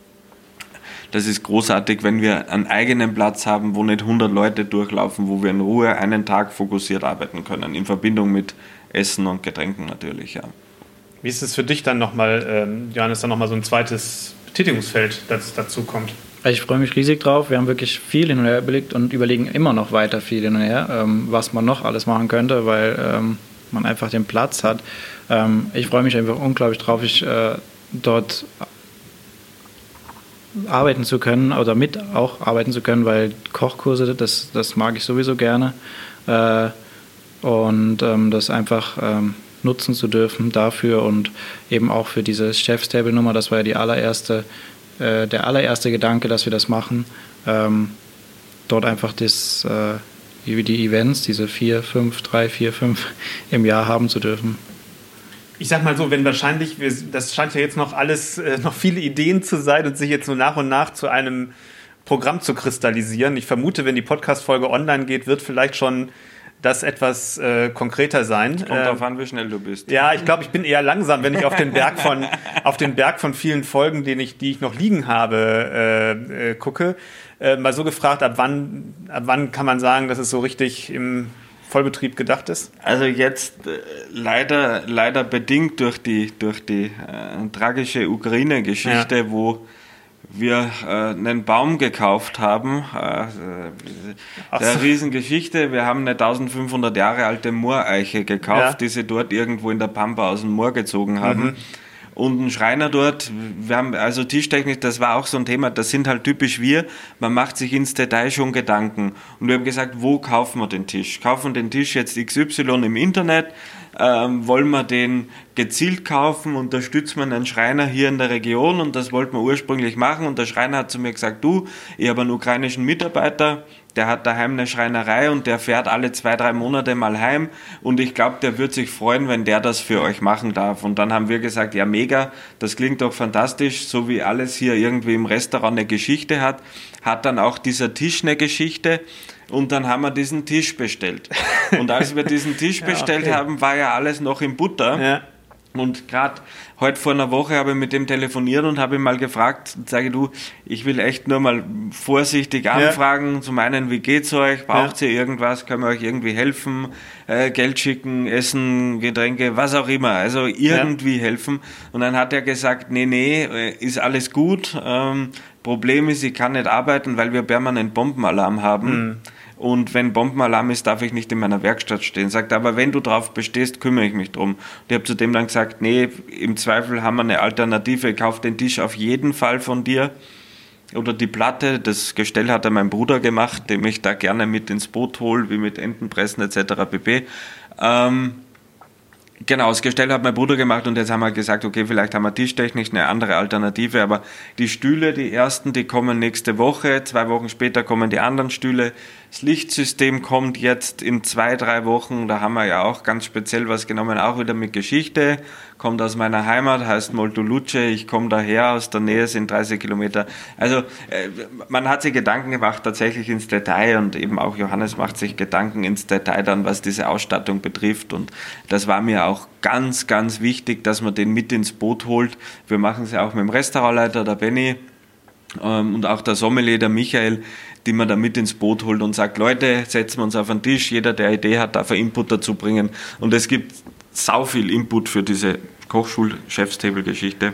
das ist großartig, wenn wir einen eigenen Platz haben, wo nicht hundert Leute durchlaufen, wo wir in Ruhe einen Tag fokussiert arbeiten können, in Verbindung mit Essen und Getränken natürlich, ja. Wie ist es für dich dann nochmal, ähm, Johannes, dann nochmal so ein zweites Betätigungsfeld, das dazu kommt? Ich freue mich riesig drauf. Wir haben wirklich viel hin und her überlegt und überlegen immer noch weiter viel hin und her, ähm, was man noch alles machen könnte, weil ähm, man einfach den Platz hat. Ähm, ich freue mich einfach unglaublich drauf, ich, äh, dort arbeiten zu können oder mit auch arbeiten zu können, weil Kochkurse, das, das mag ich sowieso gerne. Äh, und ähm, das einfach ähm, nutzen zu dürfen dafür und eben auch für diese Chefstable-Nummer, das war ja die allererste der allererste Gedanke, dass wir das machen, ähm, dort einfach das, äh, die Events, diese vier, fünf, drei, vier, fünf im Jahr haben zu dürfen. Ich sag mal so, wenn wahrscheinlich, wir, das scheint ja jetzt noch alles, äh, noch viele Ideen zu sein und sich jetzt so nach und nach zu einem Programm zu kristallisieren. Ich vermute, wenn die Podcast-Folge online geht, wird vielleicht schon das etwas äh, konkreter sein. Kommt ähm, darauf an, wie schnell du bist. Ja, ich glaube, ich bin eher langsam, wenn ich auf den Berg von auf den Berg von vielen Folgen, den ich, die ich noch liegen habe, äh, äh, gucke. Äh, mal so gefragt, ab wann, ab wann kann man sagen, dass es so richtig im Vollbetrieb gedacht ist? Also jetzt äh, leider leider bedingt durch die durch die äh, tragische Ukraine-Geschichte, ja. wo wir äh, einen Baum gekauft haben, äh, der so. Riesengeschichte. Wir haben eine eintausendfünfhundert Jahre alte Mooreiche gekauft, ja. die sie dort irgendwo in der Pampa aus dem Moor gezogen haben. Mhm. Und ein Schreiner dort, wir haben also Tischtechnik, das war auch so ein Thema, das sind halt typisch wir, man macht sich ins Detail schon Gedanken. Und wir haben gesagt, wo kaufen wir den Tisch? Kaufen wir den Tisch jetzt X Y im Internet? Ähm, wollen wir den gezielt kaufen? Unterstützen wir einen Schreiner hier in der Region? Und das wollten wir ursprünglich machen. Und der Schreiner hat zu mir gesagt, du, ich habe einen ukrainischen Mitarbeiter, der hat daheim eine Schreinerei und der fährt alle zwei, drei Monate mal heim und ich glaube, der wird sich freuen, wenn der das für euch machen darf. Und dann haben wir gesagt, ja mega, das klingt doch fantastisch, so wie alles hier irgendwie im Restaurant eine Geschichte hat, hat dann auch dieser Tisch eine Geschichte. Und dann haben wir diesen Tisch bestellt. Und als wir diesen Tisch bestellt ja, okay. haben, war ja alles noch in Butter. Ja. Und gerade heute vor einer Woche habe ich mit dem telefoniert und habe ihn mal gefragt, sage du, ich will echt nur mal vorsichtig anfragen, ja. zum einen, wie geht's euch, braucht ja. ihr irgendwas, können wir euch irgendwie helfen, äh, Geld schicken, Essen, Getränke, was auch immer, also irgendwie ja. helfen. Und dann hat er gesagt, nee, nee, ist alles gut, ähm, Problem ist, ich kann nicht arbeiten, weil wir permanent Bombenalarm haben. Mhm. Und wenn Bombenalarm ist, darf ich nicht in meiner Werkstatt stehen. Sagt, aber wenn du drauf bestehst, kümmere ich mich drum. Und ich habe zu dem dann gesagt, nee, im Zweifel haben wir eine Alternative, ich kaufe den Tisch auf jeden Fall von dir. Oder die Platte, das Gestell hat er mein Bruder gemacht, dem ich da gerne mit ins Boot hole, wie mit Entenpressen et cetera pp. Ähm, Genau, das Gestell hat mein Bruder gemacht und jetzt haben wir gesagt, okay, vielleicht haben wir tischtechnisch eine andere Alternative, aber die Stühle, die ersten, die kommen nächste Woche, zwei Wochen später kommen die anderen Stühle. Das Lichtsystem kommt jetzt in zwei, drei Wochen, da haben wir ja auch ganz speziell was genommen, auch wieder mit Geschichte, kommt aus meiner Heimat, heißt Moltoluce, ich komme daher, aus der Nähe sind dreißig Kilometer. Also äh, man hat sich Gedanken gemacht, tatsächlich ins Detail und eben auch Johannes macht sich Gedanken ins Detail dann, was diese Ausstattung betrifft und das war mir auch ganz, ganz wichtig, dass man den mit ins Boot holt. Wir machen es ja auch mit dem Restaurantleiter, der Benny, ähm, und auch der Sommelier, der Michael, die man da mit ins Boot holt und sagt, Leute, setzen wir uns auf den Tisch, jeder, der eine Idee hat, darf einen Input dazu bringen. Und es gibt sau viel Input für diese Kochschul-Chefstable-Geschichte.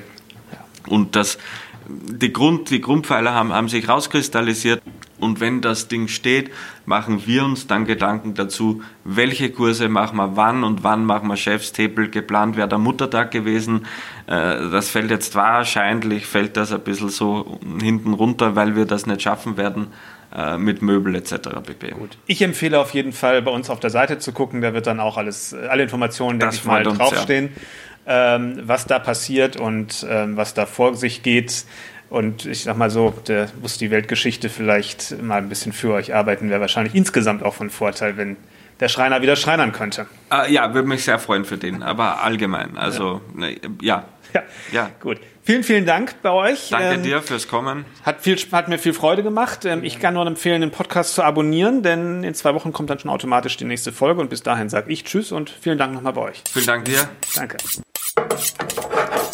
Und das, die, Grund, die Grundpfeiler haben, haben sich rauskristallisiert. Und wenn das Ding steht, machen wir uns dann Gedanken dazu, welche Kurse machen wir wann und wann machen wir Chefstable. Geplant wäre der Muttertag gewesen. Das fällt jetzt wahrscheinlich, fällt das ein bisschen so hinten runter, weil wir das nicht schaffen werden mit Möbel et cetera pp. Gut. Ich empfehle auf jeden Fall, bei uns auf der Seite zu gucken. Da wird dann auch alles, alle Informationen, denke ich mal, draufstehen, ja. ähm, was da passiert und ähm, was da vor sich geht. Und ich sag mal so, da muss die Weltgeschichte vielleicht mal ein bisschen für euch arbeiten, wäre wahrscheinlich insgesamt auch von Vorteil, wenn der Schreiner wieder schreinern könnte. Äh, ja, würde mich sehr freuen für den, aber allgemein, also ja. Ne, ja. ja. Ja, gut. Vielen, vielen Dank bei euch. Danke ähm, dir fürs Kommen. Hat, viel, hat mir viel Freude gemacht. Ähm, ich kann nur empfehlen, den Podcast zu abonnieren, denn in zwei Wochen kommt dann schon automatisch die nächste Folge und bis dahin sage ich Tschüss und vielen Dank nochmal bei euch. Vielen Dank dir. Danke.